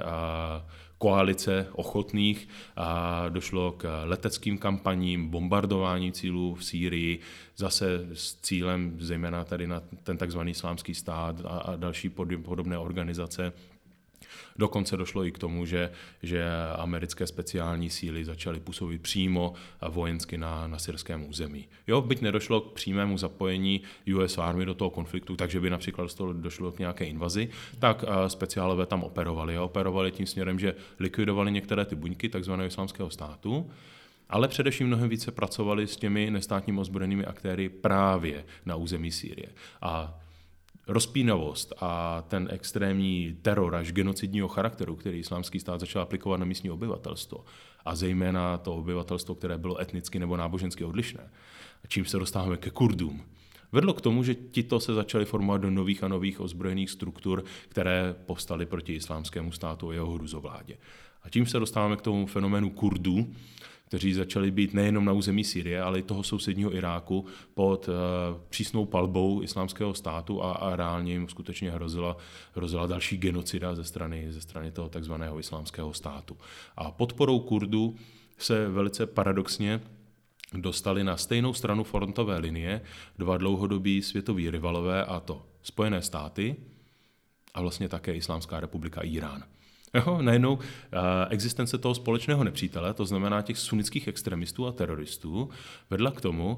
koalice ochotných, došlo k leteckým kampaním, bombardování cílů v Sýrii, zase s cílem zejména tady na ten takzvaný islámský stát a další podobné organizace. Dokonce došlo i k tomu, že americké speciální síly začaly působit přímo vojensky na syrském území. Jo, byť nedošlo k přímému zapojení US Army do toho konfliktu, takže by například došlo k nějaké invazi, tak speciálové tam operovali. A operovali tím směrem, že likvidovali některé ty buňky takzvaného islámského státu, ale především mnohem více pracovali s těmi nestátními ozbrojenými aktéry právě na území Sýrie. A rozpínavost a ten extrémní teror až genocidního charakteru, který islámský stát začal aplikovat na místní obyvatelstvo, a zejména to obyvatelstvo, které bylo etnicky nebo nábožensky odlišné, čím se dostáváme ke Kurdům, vedlo k tomu, že tito se začali formovat do nových a nových ozbrojených struktur, které povstaly proti islámskému státu a jeho hrůzovládě. A tím se dostáváme k tomu fenoménu Kurdů, kteří začali být nejenom na území Sýrie, ale i toho sousedního Iráku pod přísnou palbou islámského státu a reálně jim skutečně hrozila další genocida ze strany toho takzvaného islámského státu. A podporou Kurdů se velice paradoxně dostali na stejnou stranu frontové linie dva dlouhodobí světoví rivalové, a to Spojené státy a vlastně také Islámská republika Irán. Jo, najednou existence toho společného nepřítele, to znamená těch sunnických extremistů a teroristů, vedla k tomu,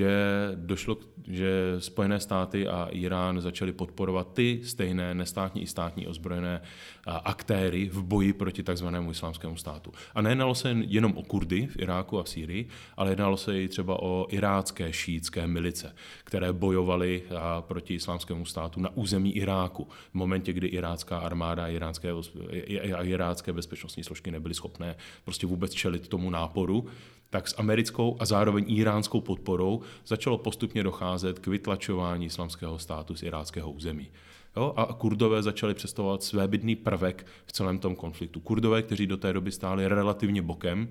že Spojené státy a Irán začaly podporovat ty stejné nestátní i státní ozbrojené aktéry v boji proti takzvanému islámskému státu. A nejednalo se jenom o Kurdy v Iráku a v Sýrii, ale jednalo se i třeba o irácké šíitské milice, které bojovaly proti islámskému státu na území Iráku v momentě, kdy irácká armáda a irácké bezpečnostní složky nebyly schopné prostě vůbec čelit tomu náporu, tak s americkou a zároveň iránskou podporou začalo postupně docházet k vytlačování islámského státu z iráckého území. Jo? A Kurdové začali představovat svébytný prvek v celém tom konfliktu. Kurdové, kteří do té doby stáli relativně bokem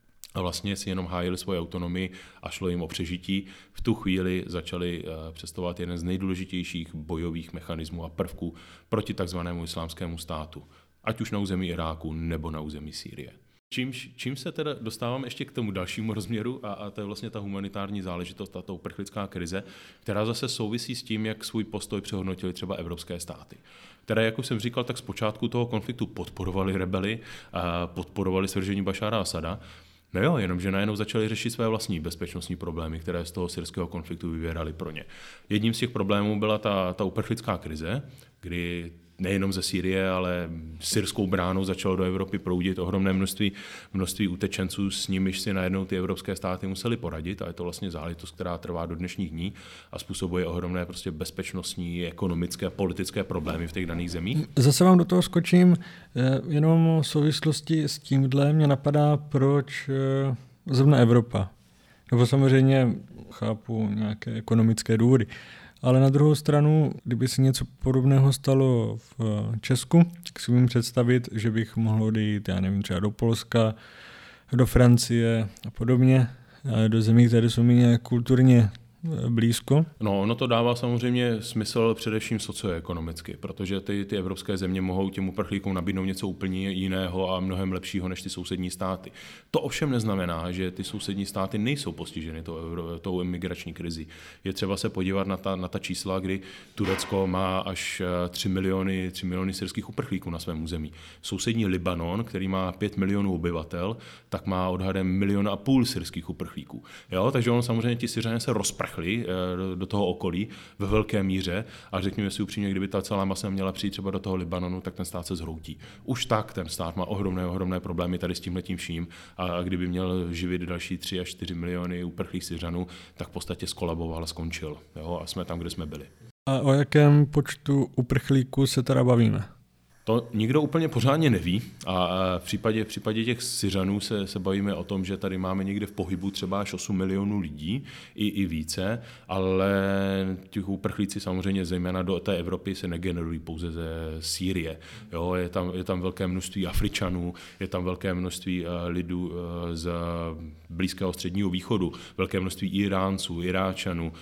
a vlastně si jenom hájili svoji autonomii a šlo jim o přežití, v tu chvíli začali představovat jeden z nejdůležitějších bojových mechanismů a prvků proti takzvanému islámskému státu, ať už na území Iráku nebo na území Sýrie. Čím se teda dostávám ještě k tomu dalšímu rozměru a to je vlastně ta humanitární záležitost, ta uprchlická krize, která zase souvisí s tím, jak svůj postoj přehodnotili třeba evropské státy, které, jak už jsem říkal, tak zpočátku toho konfliktu podporovali rebely, podporovali svržení Bašára Asada. No jo, jenomže najednou začali řešit své vlastní bezpečnostní problémy, které z toho syrského konfliktu vyvěraly pro ně. Jedním z těch problémů byla ta uprchlická krize, kdy nejenom ze Sýrie, ale syrskou bránou začalo do Evropy proudit ohromné množství utečenců, s nimiž si najednou ty evropské státy museli poradit a je to vlastně záležitost, která trvá do dnešních dní a způsobuje ohromné prostě bezpečnostní, ekonomické a politické problémy v těch daných zemích. Zase vám do toho skočím, jenom v souvislosti s tímhle mě napadá, proč zrovna Evropa. Nebo samozřejmě chápu nějaké ekonomické důvody. Ale na druhou stranu, kdyby se něco podobného stalo v Česku, tak si umím představit, že bych mohl odejít, já nevím, třeba do Polska, do Francie a podobně, do zemí, které jsou mi nějak kulturně blízko. No, ono to dává samozřejmě smysl především socioekonomicky, protože ty evropské země mohou těm uprchlíkům nabídnout něco úplně jiného a mnohem lepšího než ty sousední státy. To ovšem neznamená, že ty sousední státy nejsou postiženy tou imigrační krizi. Je třeba se podívat na ta čísla, kdy Turecko má až 3 miliony syrských uprchlíků na svém území. Sousední Libanon, který má 5 milionů obyvatel, tak má odhadem 1,5 milionu syrských uprchlíků. Jo? Takže on samozřejmě ti Syřané se rozprchli do toho okolí ve velké míře a řekněme si upřímně, kdyby ta celá masa měla přijít třeba do toho Libanonu, tak ten stát se zhroutí. Už tak ten stát má ohromné problémy tady s tímhletím vším a kdyby měl živit další 3 až 4 miliony uprchlých Syřanů, tak v podstatě skolaboval a skončil. Jo? A jsme tam, kde jsme byli. A o jakém počtu uprchlíků se teda bavíme? To nikdo úplně pořádně neví a v případě těch Syřanů se bavíme o tom, že tady máme někde v pohybu třeba až 8 milionů lidí i více, ale těch uprchlíci samozřejmě zejména do té Evropy se negenerují pouze ze Sýrie. Jo, je tam velké množství Afričanů, je tam velké množství lidů z Blízkého středního východu, velké množství Iránců, Iráčanů,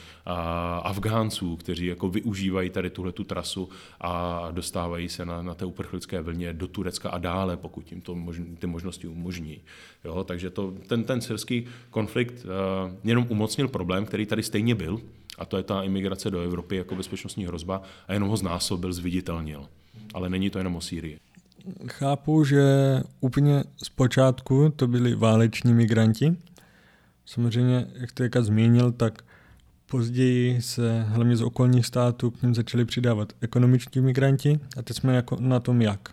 Afgánců, kteří jako využívají tady tuhletu trasu a dostávají se na té uprchlické vlně do Turecka a dále, pokud jim to ty možnosti umožní. Jo, takže ten syrský konflikt jenom umocnil problém, který tady stejně byl, a to je ta imigrace do Evropy jako bezpečnostní hrozba a jenom ho znásobil, zviditelnil. Ale není to jenom o Sýrii. Chápu, že úplně zpočátku to byli váleční migranti. Samozřejmě, jak to Jaka zmínil, tak později se hlavně z okolních států k nim začali přidávat ekonomičtí migranti a teď jsme jako na tom jak.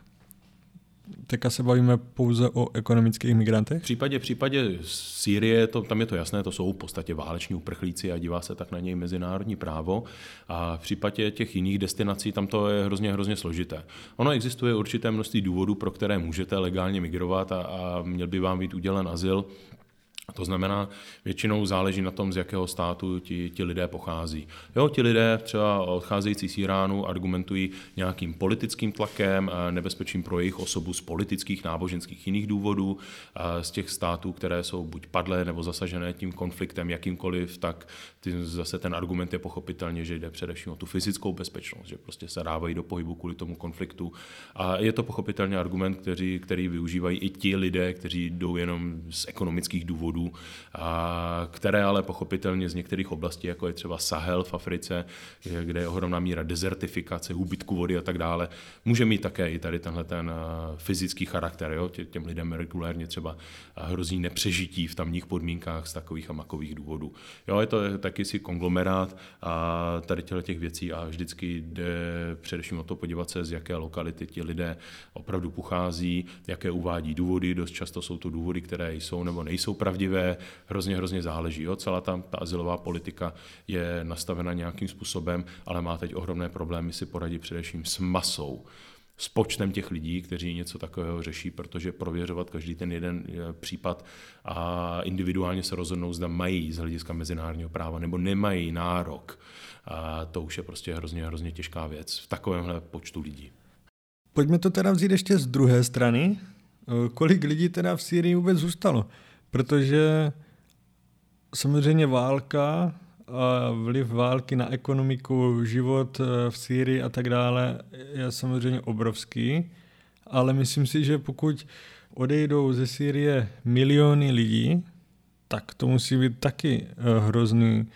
Teďka se bavíme pouze o ekonomických migrantech? V případě Sýrie, tam je to jasné, to jsou v podstatě váleční uprchlíci a dívá se tak na něj mezinárodní právo. A v případě těch jiných destinací tam to je hrozně složité. Ono existuje určité množství důvodů, pro které můžete legálně migrovat a měl by vám být udělen azyl. To znamená, většinou záleží na tom, z jakého státu ti lidé pochází. Jo, ti lidé třeba odcházející z Iránu argumentují nějakým politickým tlakem, nebezpečím pro jejich osobu z politických, náboženských jiných důvodů, z těch států, které jsou buď padlé nebo zasažené tím konfliktem jakýmkoliv, tak zase ten argument je pochopitelně, že jde především o tu fyzickou bezpečnost, že prostě se dávají do pohybu kvůli tomu konfliktu. A je to pochopitelně argument, který využívají i ti lidé, kteří jdou jenom z ekonomických důvodů trendů, které ale pochopitelně z některých oblastí, jako je třeba Sahel v Africe, kde je ohromná míra dezertifikace, úbytku vody a tak dále, může mít také i tady tenhle ten fyzický charakter. Jo? Těm lidem regulérně třeba hrozí nepřežití v tamních podmínkách z takových a makových důvodů. Jo, je to taky si konglomerát a tady těch věcí a vždycky jde především o to podívat se, z jaké lokality ti lidé opravdu pochází, jaké uvádí důvody, dost často jsou to důvody, které jsou nebo nejsou pravdivé, hrozně záleží. Jo? Celá ta azylová politika je nastavena nějakým způsobem, ale má teď ohromné problémy si poradit především s masou, s počtem těch lidí, kteří něco takového řeší, protože prověřovat každý ten jeden případ a individuálně se rozhodnou, zda mají z hlediska mezinárodního práva nebo nemají nárok. A to už je prostě hrozně těžká věc v takovémhle počtu lidí. Pojďme to teda vzít ještě z druhé strany. Kolik lidí teda v Sýrii vůbec zůstalo? Protože samozřejmě válka a vliv války na ekonomiku, život v Sýrii a tak dále je samozřejmě obrovský, ale myslím si, že pokud odejdou ze Sýrie miliony lidí, tak to musí být taky hrozný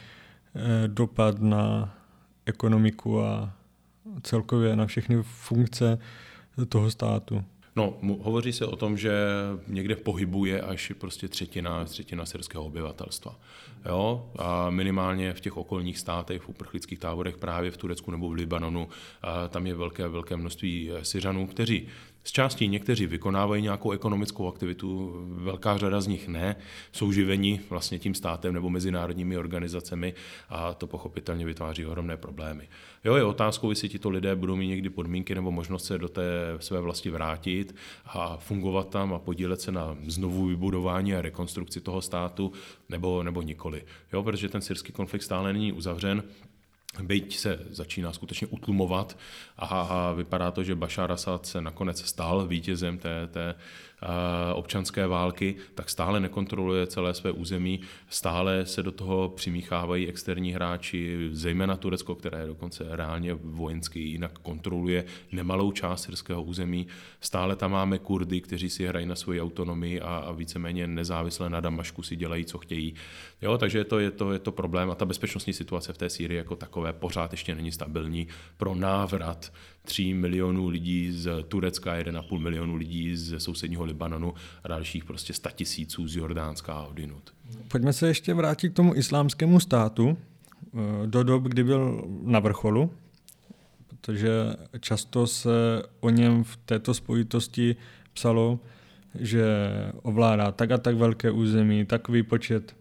dopad na ekonomiku a celkově na všechny funkce toho státu. No, hovoří se o tom, že někde pohybuje až prostě třetina syrského obyvatelstva. Jo? A minimálně v těch okolních státech, v uprchlických táborech, právě v Turecku nebo v Libanonu, tam je velké množství Syřanů, kteří z částí někteří vykonávají nějakou ekonomickou aktivitu, velká řada z nich ne, jsou živeni vlastně tím státem nebo mezinárodními organizacemi a to pochopitelně vytváří ohromné problémy. Jo, je otázkou, jestli tito lidé budou mít někdy podmínky nebo možnost se do té své vlasti vrátit a fungovat tam a podílet se na znovu vybudování a rekonstrukci toho státu nebo nikoli. Jo, protože ten syrský konflikt stále není uzavřen. Byť se začíná skutečně utlumovat a vypadá to, že Bašár Asad se nakonec stal vítězem té občanské války, tak stále nekontroluje celé své území, stále se do toho přimíchávají externí hráči, zejména Turecko, které dokonce reálně vojensky jinak kontroluje nemalou část syrského území. Stále tam máme Kurdy, kteří si hrají na svoji autonomii a víceméně nezávisle na Damašku si dělají, co chtějí. Jo, takže je to problém a ta bezpečnostní situace v té Sýrii jako takové pořád ještě není stabilní pro návrat 3 milionů lidí z Turecka, 1,5 milionu lidí ze sousedního Libanonu a dalších prostě 100 000 z Jordánska a odinut. Pojďme se ještě vrátit k tomu islámskému státu do dob, kdy byl na vrcholu, protože často se o něm v této spojitosti psalo, že ovládá tak a tak velké území, takový počet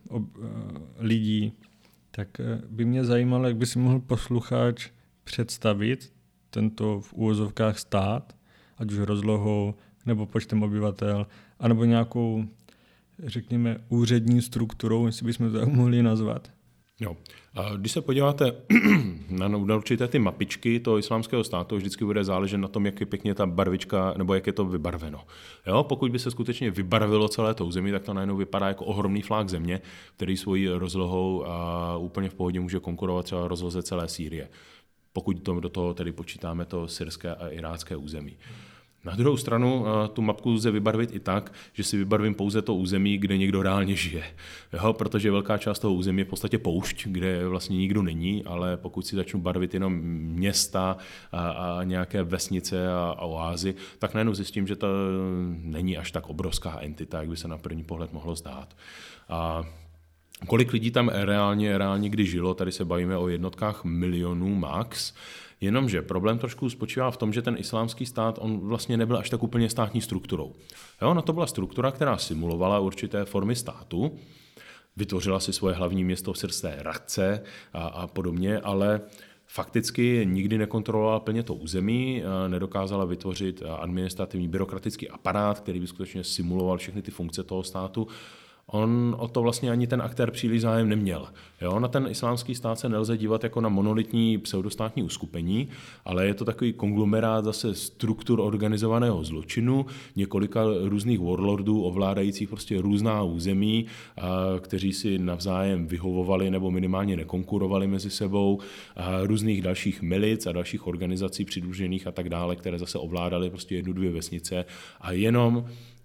lidí. Tak by mě zajímalo, jak by si mohl posluchač představit tento v úvozovkách stát, ať už rozlohou, nebo počtem obyvatel, anebo nějakou, řekněme, úřední strukturou, jestli bychom to tak mohli nazvat. Jo. A když se podíváte na určité ty mapičky toho islámského státu, vždycky bude záležet na tom, jak je pěkně ta barvička, nebo jak je to vybarveno. Jo? Pokud by se skutečně vybarvilo celé to území, tak to najednou vypadá jako ohromný flák země, který svojí rozlohou a úplně v pohodě může konkurovat třeba rozloze celé Sýrie. Pokud do toho tedy počítáme to syrské a irácké území. Na druhou stranu tu mapku lze vybarvit i tak, že si vybarvím pouze to území, kde někdo reálně žije. Jo, protože velká část toho území je v podstatě poušť, kde vlastně nikdo není, ale pokud si začnu barvit jenom města a nějaké vesnice a oázy, tak najednou zjistím, že to není až tak obrovská entita, jak by se na první pohled mohlo zdát. A kolik lidí tam reálně kdy žilo, tady se bavíme o jednotkách milionů max, jenomže problém trošku spočívá v tom, že ten islámský stát, on vlastně nebyl až tak úplně státní strukturou. Jo, no to byla struktura, která simulovala určité formy státu, vytvořila si svoje hlavní město v syrské Rakce a podobně, ale fakticky nikdy nekontrolovala plně to území, nedokázala vytvořit administrativní byrokratický aparát, který by skutečně simuloval všechny ty funkce toho státu. On o to vlastně ani ten aktér příliš zájem neměl. Jo? Na ten islámský stát se nelze dívat jako na monolitní pseudostátní uskupení, ale je to takový konglomerát zase struktur organizovaného zločinu, několika různých warlordů ovládajících prostě různá území, kteří si navzájem vyhovovali nebo minimálně nekonkurovali mezi sebou, různých dalších milic a dalších organizací přidružených a tak dále, které zase ovládaly prostě 1-2 vesnice a jenom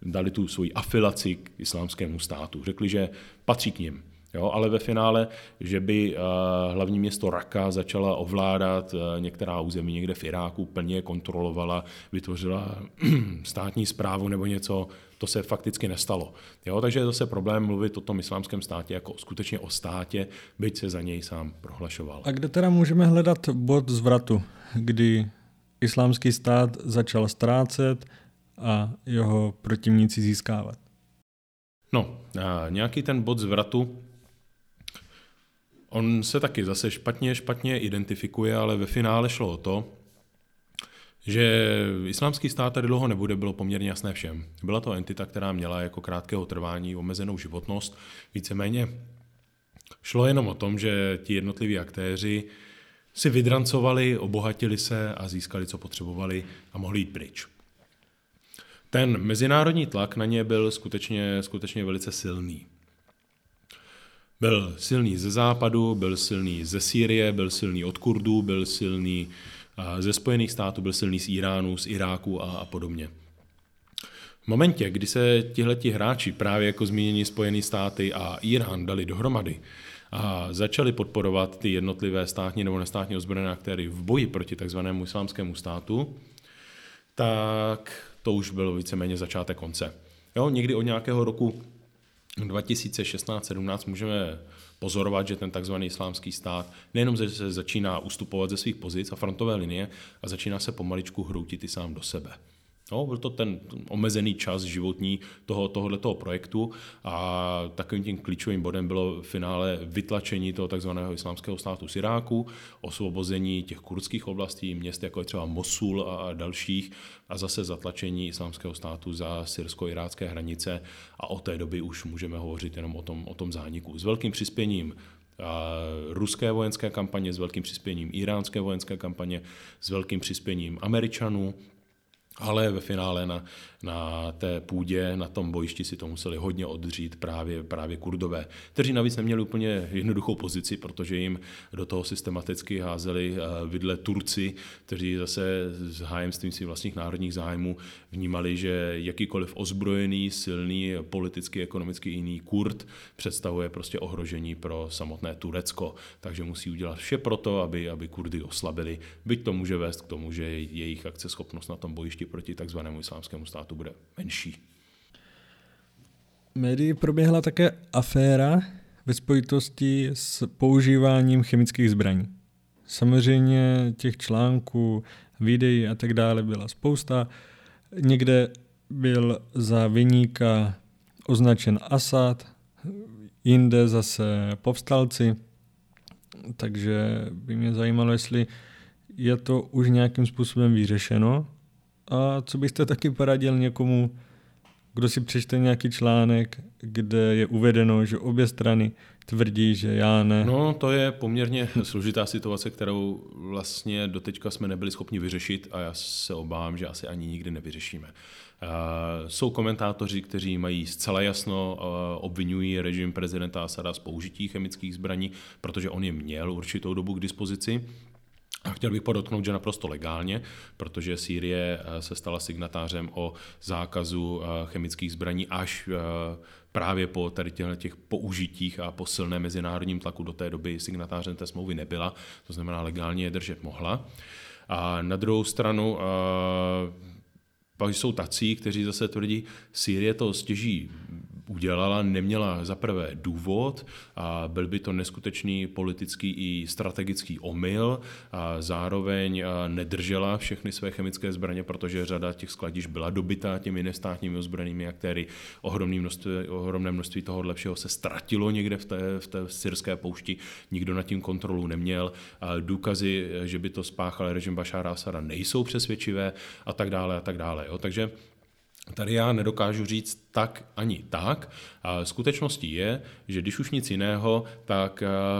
dali tu svoji afilaci k islámskému státu. Řekli, že patří k nim. Jo, ale ve finále, že by hlavní město Raka začala ovládat některá území někde v Iráku, plně kontrolovala, vytvořila státní správu nebo něco, to se fakticky nestalo. Jo, takže je zase problém mluvit o tom islámském státě jako skutečně o státě, byť se za něj sám prohlašoval. A kde teda můžeme hledat bod zvratu, kdy islámský stát začal ztrácet a jeho protivníci získávat? No, nějaký ten bod zvratu, on se taky zase špatně identifikuje, ale ve finále šlo o to, že islámský stát tady dlouho nebude, bylo poměrně jasné všem. Byla to entita, která měla jako krátkého trvání omezenou životnost. Víceméně šlo jenom o tom, že ti jednotliví aktéři si vydrancovali, obohatili se a získali, co potřebovali a mohli jít pryč. Ten mezinárodní tlak na ně byl skutečně velice silný. Byl silný ze západu, byl silný ze Sýrie, byl silný od Kurdů, byl silný ze Spojených států, byl silný z Iránu, z Iráku a podobně. V momentě, kdy se tihleti hráči, právě jako zmínění Spojené státy a Irán, dali dohromady a začali podporovat ty jednotlivé státní nebo nestátní ozbrojené aktéry v boji proti takzvanému islámskému státu, tak to už bylo víceméně začátek konce. Jo, někdy od nějakého roku 2016-17 můžeme pozorovat, že ten takzvaný islámský stát nejenom se začíná ustupovat ze svých pozic a frontové linie a začíná se pomaličku hroutit i sám do sebe. No, byl to ten omezený čas životní tohoto projektu a takovým tím klíčovým bodem bylo v finále vytlačení toho takzvaného islámského státu z Iráku, osvobození těch kurdských oblastí, měst jako je třeba Mosul a dalších a zase zatlačení islámského státu za syrsko-irácké hranice a od té doby už můžeme hovořit jenom o tom zániku. S velkým přispěním ruské vojenské kampaně, s velkým přispěním iránské vojenské kampaně, s velkým přispěním Američanů, ale ve finále na té půdě, na tom bojišti si to museli hodně odřít právě Kurdové, kteří navíc neměli úplně jednoduchou pozici, protože jim do toho systematicky házeli vidle Turci, kteří zase s hájemstvím svých vlastních národních zájmů vnímali, že jakýkoliv ozbrojený, silný, politicky, ekonomicky jiný Kurd představuje prostě ohrožení pro samotné Turecko. Takže musí udělat vše pro to, aby Kurdy oslabili, byť to může vést k tomu, že jejich akceschopnost na tom bojišti proti takzvanému islámskému státu bude menší. Médii proběhla také aféra ve spojitosti s používáním chemických zbraní. Samozřejmě těch článků, videí a tak dále byla spousta. Někde byl za viníka označen Asad, jinde zase povstalci. Takže by mě zajímalo, jestli je to už nějakým způsobem vyřešeno. A co byste taky poradil někomu, kdo si přečte nějaký článek, kde je uvedeno, že obě strany tvrdí, že já ne? No, to je poměrně složitá situace, kterou vlastně doteďka jsme nebyli schopni vyřešit a já se obávám, že asi ani nikdy nevyřešíme. Jsou komentátoři, kteří mají zcela jasno, obvinují režim prezidenta Asada z použití chemických zbraní, protože on je měl určitou dobu k dispozici. A chtěl bych podotknout, že naprosto legálně, protože Sýrie se stala signatářem o zákazu chemických zbraní až právě po tady těch použitích a po silném mezinárodním tlaku. Do té doby signatářem té smlouvy nebyla, to znamená legálně je držet mohla. A na druhou stranu pak jsou tací, kteří zase tvrdí, Sýrie to stěží udělala, neměla za prvé důvod a byl by to neskutečný politický i strategický omyl a zároveň nedržela všechny své chemické zbraně, protože řada těch skladišť byla dobytá těmi nestátními ozbrojenými aktéry. Ohromné množství tohohle všeho se ztratilo někde v té syrské poušti, nikdo nad tím kontrolu neměl. A důkazy, že by to spáchal režim Bašára Asada, nejsou přesvědčivé a tak dále a tak dále. Jo. Takže tady já nedokážu říct tak ani tak. A skutečností je, že když už nic jiného, tak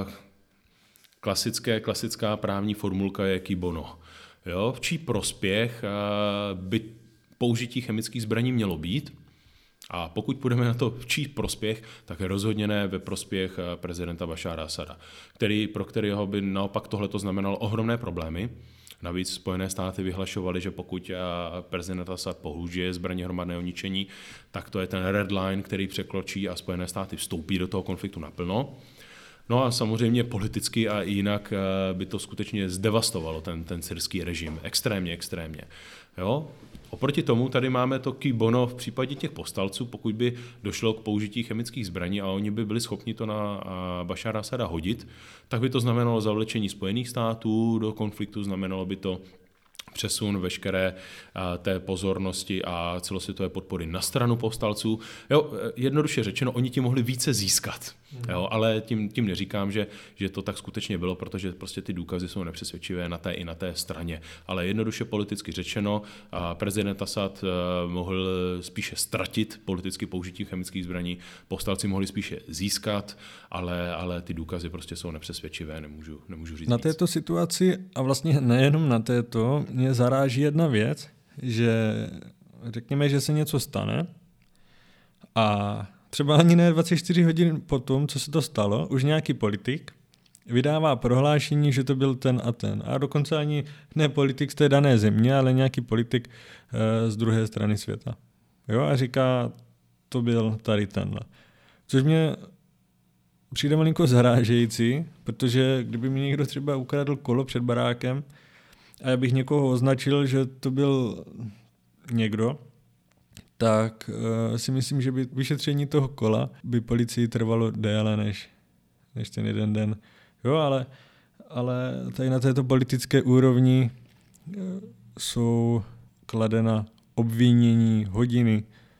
klasická právní formulka je qui bono. Jo? V čí prospěch by použití chemických zbraní mělo být. A pokud půjdeme na to v čí prospěch, tak je rozhodně ne ve prospěch prezidenta Bašára Asada, pro kterého by naopak tohleto znamenalo ohromné problémy. Navíc Spojené státy vyhlašovaly, že pokud prezident Asad použije zbraně hromadného ničení, tak to je ten red line, který překročí a Spojené státy vstoupí do toho konfliktu naplno. No a samozřejmě politicky a jinak by to skutečně zdevastovalo ten syrský režim. Extrémně. Jo? Oproti tomu tady máme to qui bono v případě těch povstalců, pokud by došlo k použití chemických zbraní a oni by byli schopni to na Bašára Asada hodit, tak by to znamenalo zavlečení Spojených států do konfliktu, znamenalo by to přesun veškeré té pozornosti a celosvětové podpory na stranu povstalců. Jo, jednoduše řečeno, oni ti mohli více získat. Jo, ale tím neříkám, že to tak skutečně bylo, protože prostě ty důkazy jsou nepřesvědčivé na té i na té straně. Ale jednoduše politicky řečeno, prezident Asad mohl spíše ztratit politicky použitím chemických zbraní, povstalci mohli spíše získat, ale ty důkazy prostě jsou nepřesvědčivé, nemůžu říct Na víc. této situaci, a vlastně nejenom na této, mě zaráží jedna věc, že řekněme, že se něco stane a třeba ani ne 24 hodin po tom, co se to stalo, už nějaký politik vydává prohlášení, že to byl ten a ten. A dokonce ani ne politik z té dané země, ale nějaký politik z druhé strany světa. Jo, a říká, to byl tady tenhle. Což mě přijde malinko zarážející, protože kdyby mi někdo třeba ukradl kolo před barákem a já bych někoho označil, že to byl někdo, tak si myslím, že by vyšetření toho kola by policii trvalo déle než ten jeden den. Jo, ale tady na této politické úrovni jsou kladena obvinění hodiny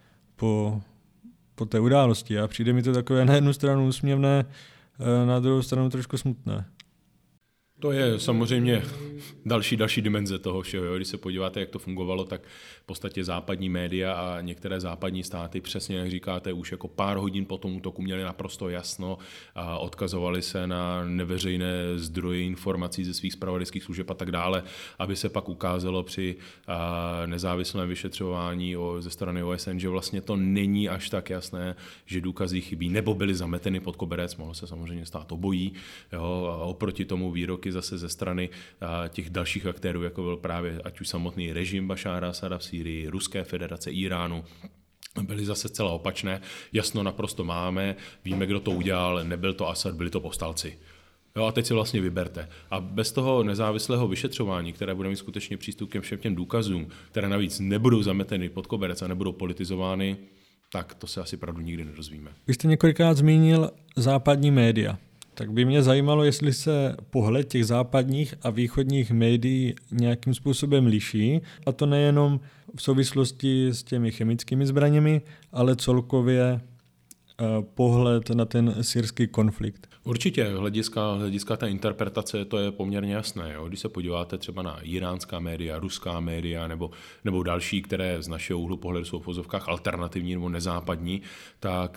po té události a přijde mi to takové na jednu stranu úsměvné, na druhou stranu trošku smutné. To je samozřejmě další dimenze toho všeho. Jo. Když se podíváte, jak to fungovalo, tak v podstatě západní média a některé západní státy, přesně jak říkáte, už jako pár hodin po tom útoku měli naprosto jasno a odkazovali se na neveřejné zdroje informací ze svých zpravodajských služeb a tak dále, aby se pak ukázalo při nezávislém vyšetřování ze strany OSN, že vlastně to není až tak jasné, že důkazy chybí, nebo byly zameteny pod koberec, mohlo se samozřejmě stát obojí. Jo. A oproti tomu výroky zase ze strany těch dalších aktérů, jako byl právě ať už samotný režim Bašára Asada v Sýrii, Ruské federace, Iránu, byly zase zcela opačné. Jasno naprosto máme, víme, kdo to udělal, nebyl to Asad, byli to povstalci. Jo, a teď si vlastně vyberte. A bez toho nezávislého vyšetřování, které bude mít skutečně přístup ke všem těm důkazům, které navíc nebudou zameteny pod koberec a nebudou politizovány, tak to se asi pravdu nikdy nedozvíme. Vy jste několikrát zmínil západní média. Tak by mě zajímalo, jestli se pohled těch západních a východních médií nějakým způsobem liší, a to nejenom v souvislosti s těmi chemickými zbraněmi, ale celkově pohled na ten syrský konflikt. Určitě, hlediska té interpretace to je poměrně jasné. Jo? Když se podíváte třeba na iránská média, ruská média nebo další, které z našeho úhlu pohledu jsou v vozovkách alternativní nebo nezápadní, tak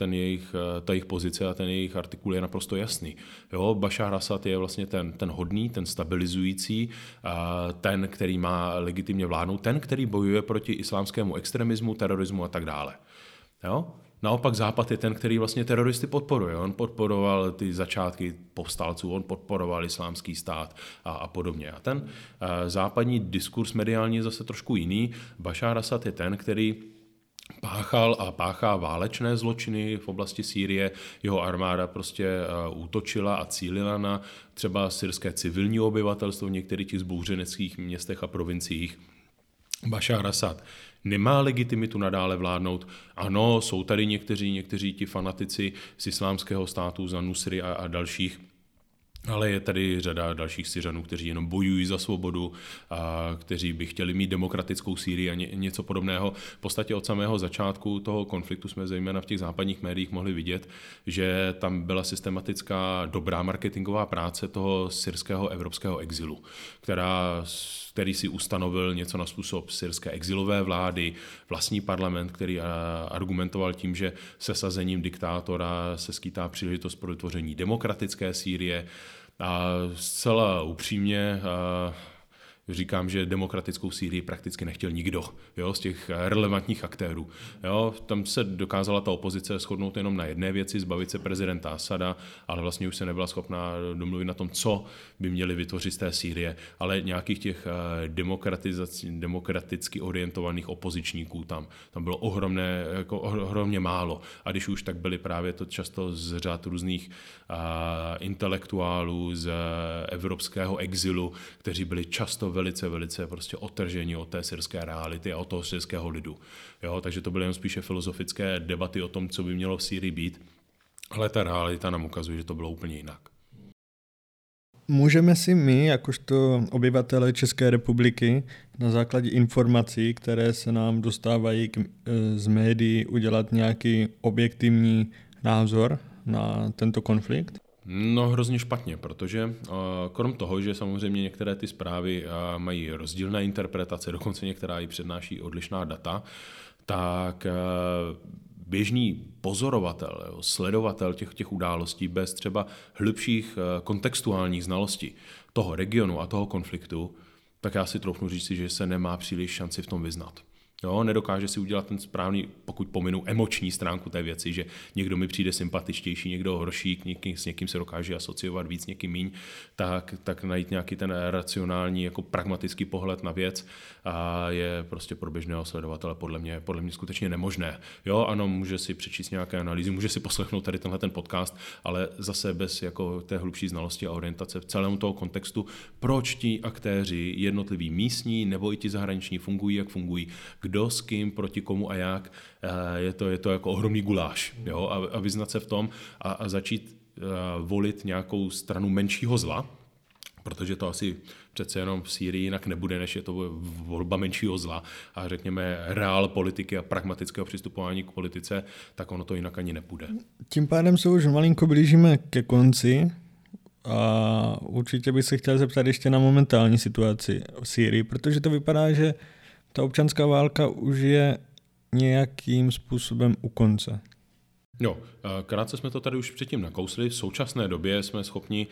ta jejich pozice a ten jejich artikul je naprosto jasný. Jo? Bašár Asad je vlastně ten hodný, ten stabilizující, ten, který má legitimně vládnout, ten, který bojuje proti islámskému extremismu, terorismu a tak dále. Jo? Naopak Západ je ten, který vlastně teroristy podporuje. On podporoval ty začátky povstalců, on podporoval islámský stát a podobně. A ten západní diskurs mediální je zase trošku jiný. Bašár Asad je ten, který páchal a páchá válečné zločiny v oblasti Sýrie. Jeho armáda prostě útočila a cílila na třeba syrské civilní obyvatelstvo v některých těch zbouřeneckých městech a provinciích. Bašár Asad nemá legitimitu nadále vládnout. Ano, jsou tady někteří ti fanatici z islámského státu, za Nusry a dalších, ale je tady řada dalších Syřanů, kteří jenom bojují za svobodu, a kteří by chtěli mít demokratickou Sýrii a něco podobného. V podstatě od samého začátku toho konfliktu jsme zejména v těch západních médiích mohli vidět, že tam byla systematická dobrá marketingová práce toho syrského evropského exilu, který si ustanovil něco na způsob syrské exilové vlády, vlastní parlament, který argumentoval tím, že sesazením diktátora se skýtá příležitost pro vytvoření demokratické Sýrie. A zcela upřímně říkám, že demokratickou Sýrii prakticky nechtěl nikdo, jo, z těch relevantních aktérů. Jo. Tam se dokázala ta opozice shodnout jenom na jedné věci, zbavit se prezidenta Asada, ale vlastně už se nebyla schopná domluvit na tom, co by měli vytvořit z té Sýrie, ale nějakých těch demokraticky orientovaných opozičníků tam bylo ohromně málo. A když už, tak byly právě to často z řad různých intelektuálů z evropského exilu, kteří byli často velice prostě otrženi od té syrské reality a od toho syrského lidu. Jo, takže to byly jen spíše filozofické debaty o tom, co by mělo v Sýrii být, ale ta realita nám ukazuje, že to bylo úplně jinak. Můžeme si my, jakožto obyvatelé České republiky, na základě informací, které se nám dostávají z médií, udělat nějaký objektivní názor na tento konflikt? No hrozně špatně, protože krom toho, že samozřejmě některé ty zprávy mají rozdílné interpretace, dokonce některá i přednáší odlišná data, tak běžný pozorovatel, sledovatel těch událostí bez třeba hlubších kontextuálních znalostí toho regionu a toho konfliktu, tak já si troufnu říct, že se nemá příliš šanci v tom vyznat. Jo, nedokáže si udělat ten správný, pokud pominu emoční stránku té věci, že někdo mi přijde sympatičtější, někdo horší, s někým se dokáže asociovat víc, někým míň, tak najít nějaký ten racionální, jako pragmatický pohled na věc a je prostě pro běžného sledovatele podle mě skutečně nemožné. Jo, ano, může si přečíst nějaké analýzy, může si poslechnout tady ten podcast, ale zase bez jako té hlubší znalosti a orientace v celém toho kontextu, proč ti aktéři jednotliví místní nebo i ti zahraniční fungují, jak fungují, kdo s kým, proti komu a jak, je to jako ohromný guláš. Jo? A vyznat se v tom a začít volit nějakou stranu menšího zla, protože to asi přece jenom v Sýrii jinak nebude, než je to volba menšího zla a řekněme reál politiky a pragmatického přistupování k politice, tak ono to jinak ani nepůjde. Tím pádem se už malinko blížíme ke konci a určitě bych se chtěl zeptat ještě na momentální situaci v Sýrii, protože to vypadá, že ta občanská válka už je nějakým způsobem u konce. Jo, krátce jsme to tady už předtím nakousli. V současné době jsme schopni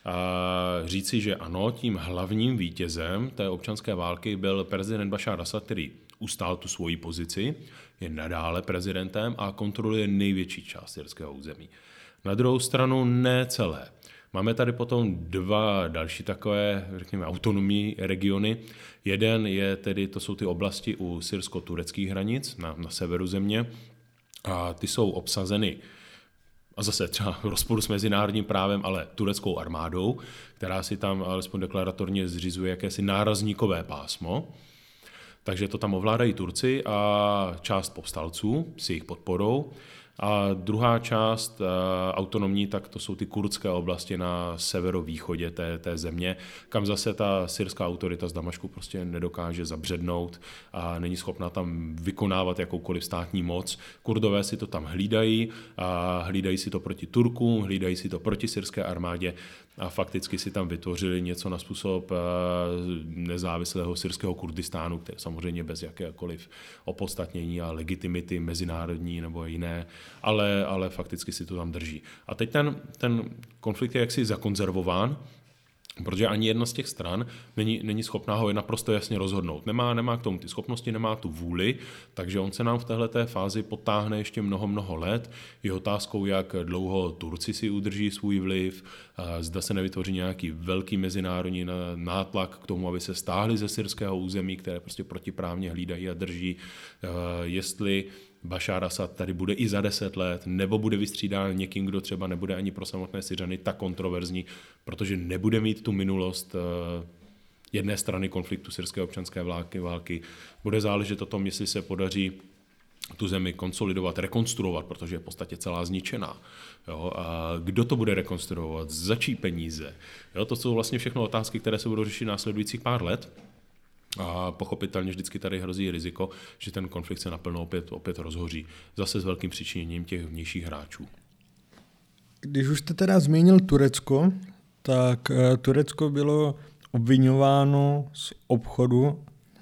říci, že ano, tím hlavním vítězem té občanské války byl prezident Bašár Asad, který ustál tu svoji pozici, je nadále prezidentem a kontroluje největší část syrského území. Na druhou stranu ne celé. Máme tady potom dva další takové, řekněme, autonomní regiony. Jeden je tedy, to jsou ty oblasti u syrsko-tureckých hranic na severu země a ty jsou obsazeny a zase třeba v rozporu s mezinárodním právem, ale tureckou armádou, která si tam alespoň deklaratorně zřizuje jakési nárazníkové pásmo. Takže to tam ovládají Turci a část povstalců s jejich podporou. A druhá část autonomní, tak to jsou ty kurdské oblasti na severovýchodě té země, kam zase ta syrská autorita z Damašku prostě nedokáže zabřednout a není schopná tam vykonávat jakoukoliv státní moc. Kurdové si to tam hlídají a hlídají si to proti Turkům, hlídají si to proti syrské armádě a fakticky si tam vytvořili něco na způsob nezávislého syrského Kurdistánu, které samozřejmě bez jakékoliv opodstatnění a legitimity mezinárodní nebo jiné, ale fakticky si to tam drží. A teď ten konflikt je jaksi zakonzervován, protože ani jedna z těch stran není schopná ho naprosto jasně rozhodnout. Nemá k tomu ty schopnosti, nemá tu vůli, takže on se nám v téhleté fázi potáhne ještě mnoho let. Je otázkou, jak dlouho Turci si udrží svůj vliv, zda se nevytvoří nějaký velký mezinárodní nátlak k tomu, aby se stáhli ze syrského území, které prostě protiprávně hlídají a drží, jestli Bašár Asad tady bude i za 10 let, nebo bude vystřídán někým, kdo třeba nebude ani pro samotné Syřany tak kontroverzní, protože nebude mít tu minulost jedné strany konfliktu syrské občanské války. Bude záležet o tom, jestli se podaří tu zemi konsolidovat, rekonstruovat, protože je v podstatě celá zničená. Jo? A kdo to bude rekonstruovat, za čí peníze? Jo? To jsou vlastně všechno otázky, které se budou řešit následujících pár let. A pochopitelně vždycky tady hrozí riziko, že ten konflikt se naplno opět rozhoří. Zase s velkým přičiněním těch vnějších hráčů. Když už jste teda zmínil Turecko, tak Turecko bylo obviňováno z obchodu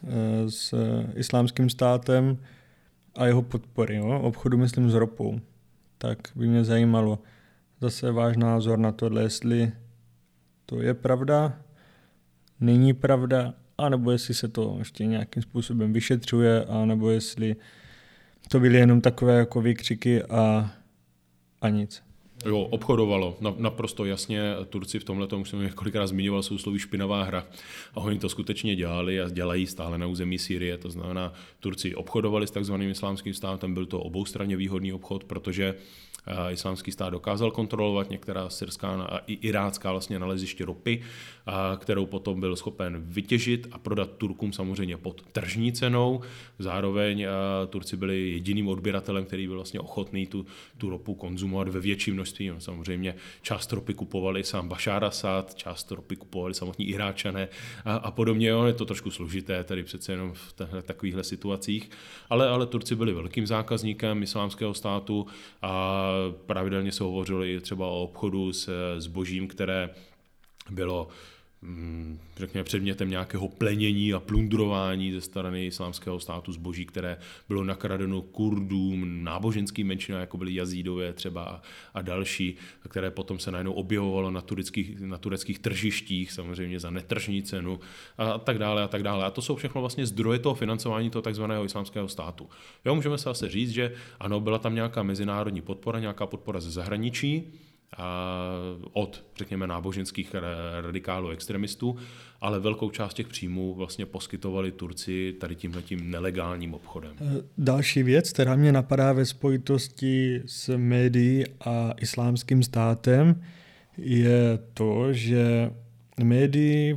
s Islámským státem a jeho podpory. Jo? Obchodu myslím s ropou. Tak by mě zajímalo zase váš názor na tohle, jestli to je pravda, není pravda anebo jestli se to ještě nějakým způsobem vyšetřuje, anebo jestli to byly jenom takové jako výkřiky a nic. Jo, obchodovalo. Naprosto jasně. Turci v tomhle, už jsem několikrát zmiňoval, jsou sloví špinavá hra. A oni to skutečně dělali a dělají stále na území Sýrie. To znamená, Turci obchodovali s takzvaným islámským státem, byl to oboustranně výhodný obchod, protože islámský stát dokázal kontrolovat některá syrská a i irácká vlastně naleziště ropy, kterou potom byl schopen vytěžit a prodat Turkům samozřejmě pod tržní cenou. Zároveň Turci byli jediným odběratelem, který byl vlastně ochotný tu ropu konzumovat ve větším množství. No, samozřejmě část ropy kupovali sám Bašár Asad, část ropy kupovali samotní Iráčané a podobně. Jo, je to trošku složité tady přece jenom v takovýchhle situacích, ale Turci byli velkým zákazníkem islámského státu a pravidelně se hovořilo i třeba o obchodu s zbožím, které bylo, řekněme, předmětem nějakého plenění a plundrování ze strany islámského státu, zboží, které bylo nakradeno Kurdům, náboženským menšinám, jako byly Jazídové třeba a další, které potom se najednou objevovalo na tureckých tržištích, samozřejmě za netržní cenu a tak dále a tak dále. A to jsou všechno vlastně zdroje toho financování toho takzvaného islámského státu. Jo, můžeme se asi říct, že ano, byla tam nějaká mezinárodní podpora, nějaká podpora ze zahraničí, od, řekněme, náboženských radikálů, extremistů, ale velkou část těch příjmů vlastně poskytovali Turci tady tímhletím nelegálním obchodem. Další věc, která mě napadá ve spojitosti s médií a islámským státem, je to, že médii,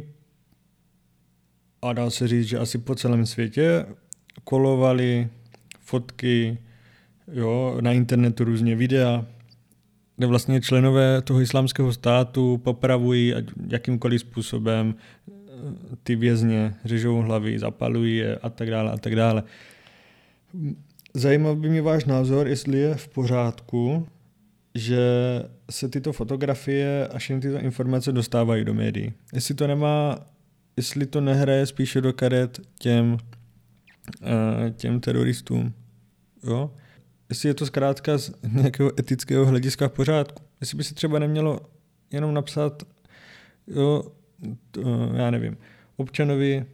a dá se říct, že asi po celém světě, kolovaly fotky, jo, na internetu různě videa, kde vlastně členové toho islámského státu popravují jakýmkoliv způsobem ty vězně, řežou hlavy, zapalují je a tak dále a tak dále. Zajímal by mě váš názor, jestli je v pořádku, že se tyto fotografie a všechny tyto informace dostávají do médií. Jestli to nehraje spíše do karet těm teroristům. Jo? Jestli je to zkrátka z nějakého etického hlediska v pořádku. Jestli by se třeba nemělo jenom napsat, jo, já nevím, občanovi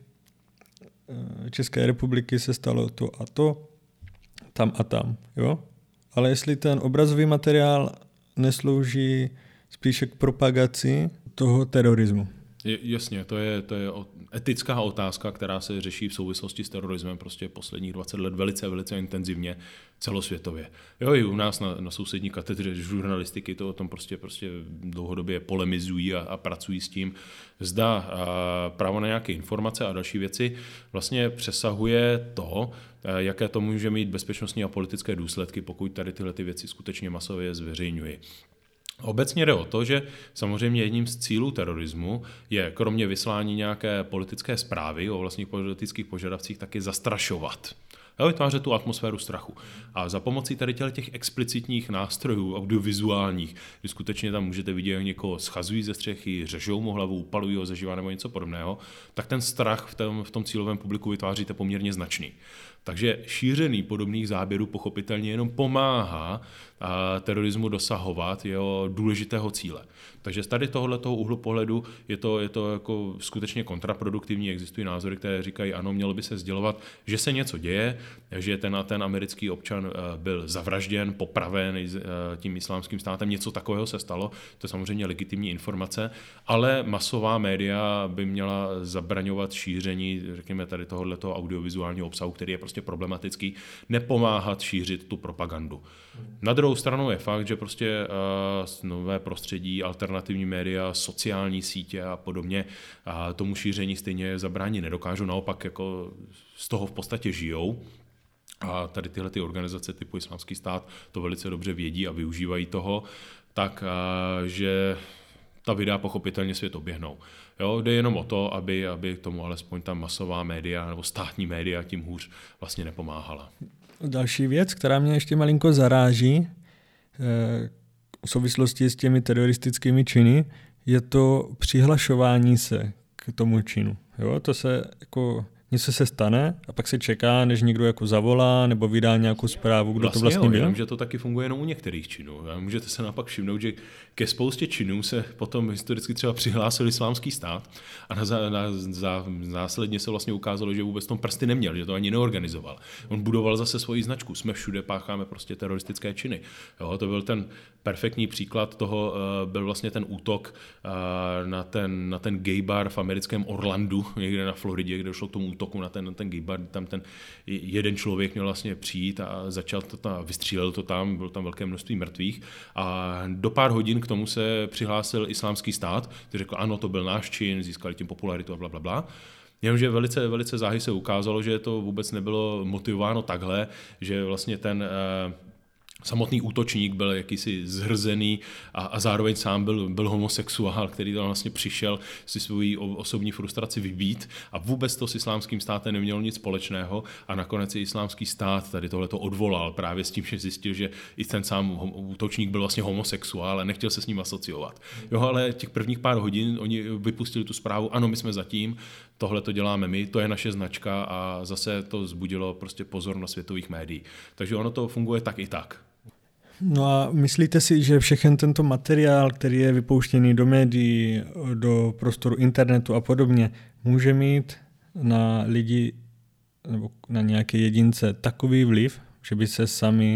České republiky se stalo to a to, tam a tam, jo. Ale jestli ten obrazový materiál neslouží spíše k propagaci toho terorismu. Jasně, to je etická otázka, která se řeší v souvislosti s terorismem prostě posledních 20 let velice, velice intenzivně celosvětově. Jo, i u nás na sousední katedře žurnalistiky to o tom prostě dlouhodobě polemizují a pracují s tím. Zda právo na nějaké informace a další věci vlastně přesahuje to, jaké to může mít bezpečnostní a politické důsledky, pokud tady tyhle ty věci skutečně masově zveřejňují. Obecně jde o to, že samozřejmě jedním z cílů terorismu je kromě vyslání nějaké politické zprávy o vlastních politických požadavcích taky zastrašovat. Vytvářet tu atmosféru strachu. A za pomocí tady těch explicitních nástrojů audiovizuálních, kdy skutečně tam můžete vidět, jak někoho schazují ze střechy, řežou mu hlavu, upalují ho ze živa nebo něco podobného, tak ten strach v tom cílovém publiku vytváříte poměrně značný. Takže šíření podobných záběrů pochopitelně jenom pomáhá terorismu dosahovat jeho důležitého cíle. Takže z tady tohoto úhlu pohledu je to jako skutečně kontraproduktivní. Existují názory, které říkají, ano, mělo by se sdělovat, že se něco děje, že ten americký občan byl zavražděn, popraven tím islámským státem, něco takového se stalo, to je samozřejmě legitimní informace, ale masová média by měla zabraňovat šíření, řekněme, tady tohoto audiovizuálního obsahu, který je prostě problematický, nepomáhat šířit tu propagandu. Na druhou stranu je fakt, že prostě nové prostředí, alternativní média, sociální sítě a podobně tomu šíření stejně zabránit nedokážou, naopak jako z toho v podstatě žijou. A tady tyhle ty organizace typu Islámský stát to velice dobře vědí a využívají toho, tak že ta videa pochopitelně svět oběhnou. Jo, jde jenom o to, aby tomu alespoň ta masová média nebo státní média tím hůř vlastně nepomáhala. Další věc, která mě ještě malinko zaráží v souvislosti s těmi teroristickými činy, je to přihlašování se k tomu činu. Jo, to se jako něco se stane a pak se čeká, než někdo jako zavolá nebo vydá nějakou zprávu, kdo to vlastně byl? Jenom, že to taky funguje jenom u některých činů. A můžete se napak všimnout, že ke spoustě činů se potom historicky třeba přihlásil Islámský stát a následně se vlastně ukázalo, že vůbec tom prsty neměl, že to ani neorganizoval. On budoval zase svoji značku. Jsme všude, pácháme prostě teroristické činy. Jo, to byl ten perfektní příklad toho, byl vlastně ten útok na ten gay bar v americkém Orlandu, někde na Floridě, kde došlo k tomu útoku na ten gay bar. Tam ten jeden člověk měl vlastně přijít a začal to tam, vystřílel to tam, bylo tam velké množství mrtvých a do pár hodin k tomu se přihlásil Islámský stát, který řekl, ano, to byl náš čin, získali tím popularitu a blablabla. Jenomže velice, velice záhy se ukázalo, že to vůbec nebylo motivováno takhle, že vlastně ten samotný útočník byl jakýsi zhrzený a zároveň sám byl homosexuál, který tam vlastně přišel si svoji osobní frustraci vybít a vůbec to s Islámským státem nemělo nic společného a nakonec i Islámský stát tady tohleto odvolal právě s tím, že zjistil, že i ten sám útočník byl vlastně homosexuál a nechtěl se s ním asociovat. Jo, ale těch prvních pár hodin oni vypustili tu zprávu, ano, my jsme zatím, tohle to děláme my, to je naše značka a zase to vzbudilo prostě pozornost světových médií. Takže ono to funguje tak i tak. No a myslíte si, že všechen tento materiál, který je vypouštěný do médií, do prostoru internetu a podobně, může mít na lidi nebo na nějaké jedince takový vliv, že by se sami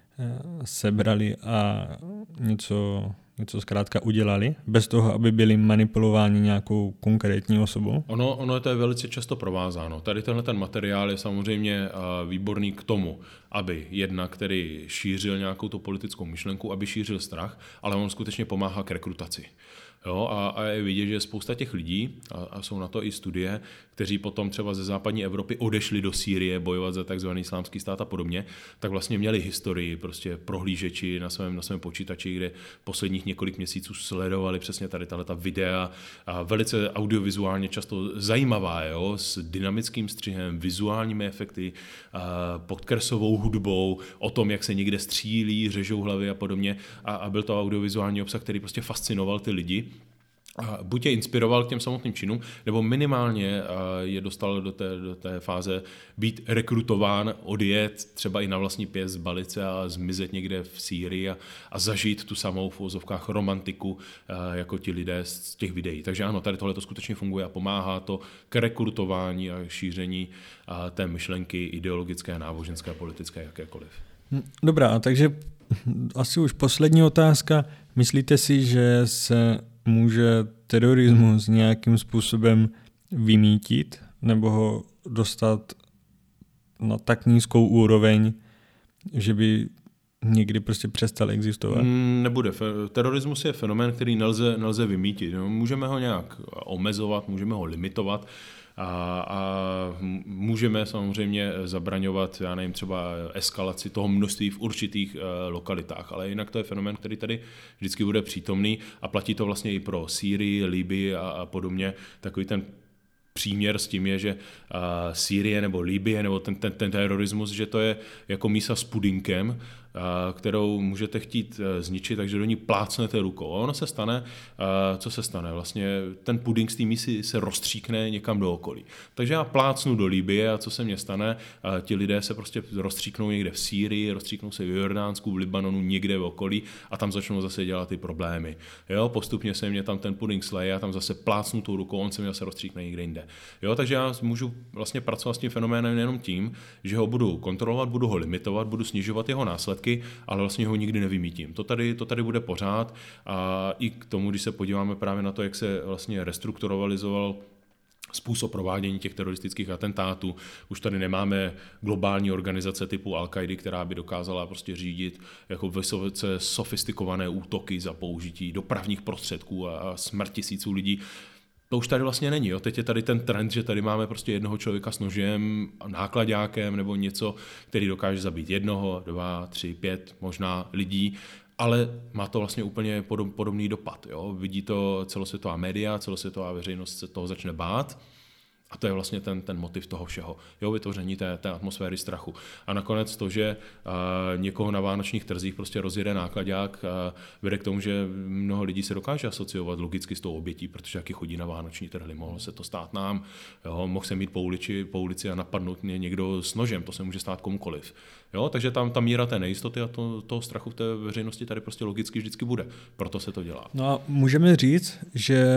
sebrali a něco zkrátka udělali, bez toho, aby byli manipulováni nějakou konkrétní osobou? Ono to je velice často provázáno. Tady tenhle ten materiál je samozřejmě výborný k tomu, aby jednak, který šířil nějakou tu politickou myšlenku, aby šířil strach, ale on skutečně pomáhá k rekrutaci. Jo, a je vidět, že spousta těch lidí, a jsou na to i studie, kteří potom třeba ze západní Evropy odešli do Sýrie bojovat za takzvaný Islámský stát a podobně, tak vlastně měli historii, prostě prohlížeči na svém počítači, kde posledních několik měsíců sledovali přesně tady tato videa, a velice audiovizuálně často zajímavá, jo, s dynamickým střihem, vizuálními efekty, podkresovou hudbou, o tom, jak se někde střílí, řežou hlavy a podobně. A byl to audiovizuální obsah, který prostě fascinoval ty lidi. A buď je inspiroval k těm samotným činům, nebo minimálně je dostal do té fáze být rekrutován, odjet třeba i na vlastní pěst, zbalit se a zmizet někde v Sýrii a zažít tu samou v uvozovkách romantiku jako ti lidé z těch videí. Takže ano, tady tohle to skutečně funguje a pomáhá to k rekrutování a šíření té myšlenky ideologické, náboženské, politické, jakékoliv. Dobrá, takže asi už poslední otázka. Myslíte si, že se může terorismus nějakým způsobem vymýtit nebo ho dostat na tak nízkou úroveň, že by někdy prostě přestal existovat? Nebude. Terorismus je fenomén, který nelze vymýtit. Můžeme ho nějak omezovat, můžeme ho limitovat, a můžeme samozřejmě zabraňovat, já nevím, třeba eskalaci toho množství v určitých lokalitách, ale jinak to je fenomén, který tady vždycky bude přítomný a platí to vlastně i pro Sýrii, Libyi a podobně. Takový ten příměr s tím je, že Sýrie nebo Libye nebo ten terorismus, že to je jako mísa s pudinkem, kterou můžete chtít zničit, takže do ní plácnete rukou. A ono se stane, co se stane? Vlastně ten puding z té mísy se rozstříkne někam do okolí. Takže já plácnu do Libye a co se mně stane? Ti lidé se prostě rozstříknou někde v Sýrii, rozstříknou se v Jordánsku, v Libanonu, někde v okolí a tam začnou zase dělat ty problémy. Jo, postupně se mě tam ten puding sleje a tam zase plácnu tou rukou, on se mě zase rozstříkne někde jinde. Jo, takže já můžu vlastně pracovat s tím fenoménem jenom tím, že ho budu kontrolovat, budu ho limitovat, budu snižovat jeho následky, ale vlastně ho nikdy nevymítím. To tady bude pořád a i k tomu, když se podíváme právě na to, jak se vlastně restrukturalizoval způsob provádění těch teroristických atentátů. Už tady nemáme globální organizace typu Al-Qaidi, která by dokázala prostě řídit jako vysoce sofistikované útoky za použití dopravních prostředků a smrt tisíců lidí. To už tady vlastně není. Jo. Teď je tady ten trend, že tady máme prostě jednoho člověka s nožem, náklaďákem nebo něco, který dokáže zabít 1, 2, 3, 5 možná lidí, ale má to vlastně úplně podobný dopad. Jo. Vidí to celosvětová média, celosvětová veřejnost se toho začne bát A to je vlastně ten motiv toho všeho, jo, vytvoření té atmosféry strachu. A nakonec to, že někoho na vánočních trzích prostě rozjede nákladák, vede k tomu, že mnoho lidí se dokáže asociovat logicky s tou obětí, protože taky chodí na vánoční trhy, mohlo se to stát nám, jo, mohl jsem jít po ulici a napadnout mě někdo s nožem, to se může stát komukoliv. Jo, takže tam ta míra té nejistoty a toho strachu v té veřejnosti tady prostě logicky vždycky bude, proto se to dělá. No a můžeme říct, že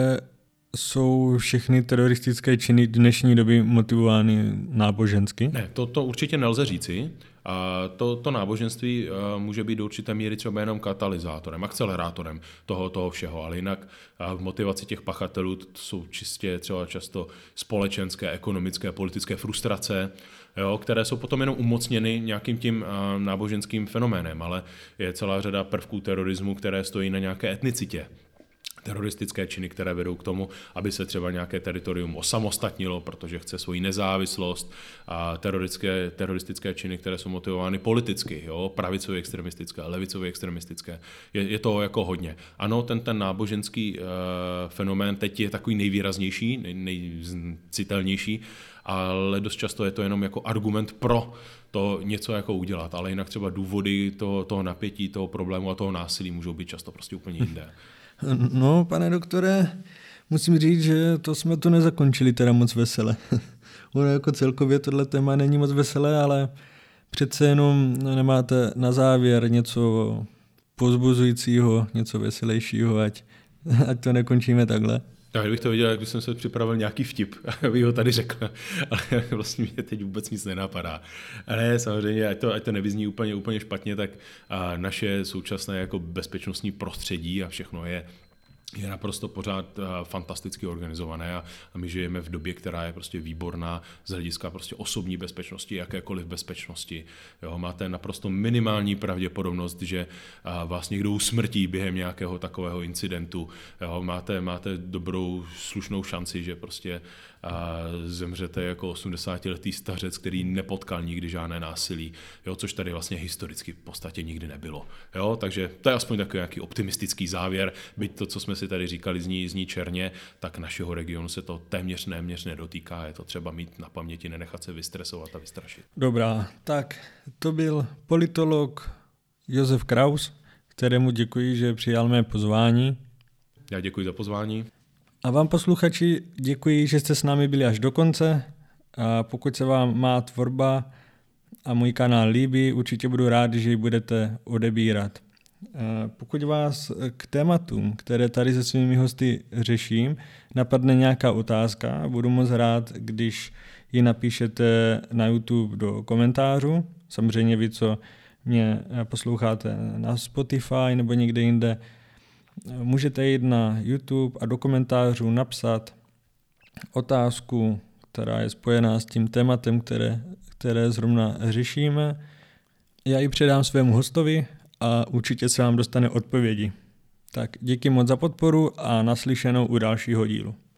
jsou všechny teroristické činy dnešní doby motivovány nábožensky? Ne, to určitě nelze říci. A to náboženství může být do určité míry třeba jenom katalyzátorem, akcelerátorem toho všeho, ale jinak v motivaci těch pachatelů to jsou čistě třeba často společenské, ekonomické, politické frustrace, jo, které jsou potom jenom umocněny nějakým tím náboženským fenoménem, ale je celá řada prvků terorismu, které stojí na nějaké etnicitě. Teroristické činy, které vedou k tomu, aby se třeba nějaké teritorium osamostatnilo, protože chce svoji nezávislost, a teroristické činy, které jsou motivovány politicky, jo, pravicově extremistické, levicově extremistické. Je to jako hodně. Ano, ten náboženský fenomén teď je takový nejvýraznější, nejcitelnější, ale dost často je to jenom jako argument pro to něco jako udělat, ale jinak třeba důvody toho napětí, toho problému a toho násilí můžou být často prostě úplně jinde. No, pane doktore, musím říct, že to jsme to nezakončili teda moc vesele. Ono jako celkově tohle téma není moc veselé, ale přece jenom nemáte na závěr něco povzbuzujícího, něco veselějšího, ať to nekončíme takhle. Já bych to viděl, když jsem se připravil nějaký vtip, abych ho tady řekl, ale vlastně mě teď vůbec nic nenapadá. Ale samozřejmě, ať to nevyzní úplně špatně, tak naše současné jako bezpečnostní prostředí a všechno je naprosto pořád fantasticky organizované a my žijeme v době, která je prostě výborná z hlediska prostě osobní bezpečnosti, jakékoliv bezpečnosti. Jo, máte naprosto minimální pravděpodobnost, že vás někdo usmrtí během nějakého takového incidentu. Jo, máte dobrou, slušnou šanci, že prostě zemřete jako 80letý stařec, který nepotkal nikdy žádné násilí, jo, což tady vlastně historicky v podstatě nikdy nebylo. Jo, takže to je aspoň takový nějaký optimistický závěr, byť to, co jsme si tady říkali, zní černě, tak našeho regionu se to téměř nedotýká, je to třeba mít na paměti, nenechat se vystresovat a vystrašit. Dobrá, tak to byl politolog Josef Kraus, kterému děkuji, že přijal mé pozvání. Já děkuji za pozvání. A vám posluchači děkuji, že jste s námi byli až do konce. A pokud se vám má tvorba a můj kanál líbí, určitě budu rád, že ji budete odebírat. Pokud vás k tématům, které tady se svými hosty řeším, napadne nějaká otázka, budu moc rád, když ji napíšete na YouTube do komentářů. Samozřejmě vy, co mě posloucháte na Spotify nebo někde jinde, můžete jít na YouTube a do komentářů napsat otázku, která je spojená s tím tématem, které zrovna řešíme. Já ji předám svému hostovi a určitě se vám dostane odpovědi. Tak díky moc za podporu a naslyšenou u dalšího dílu.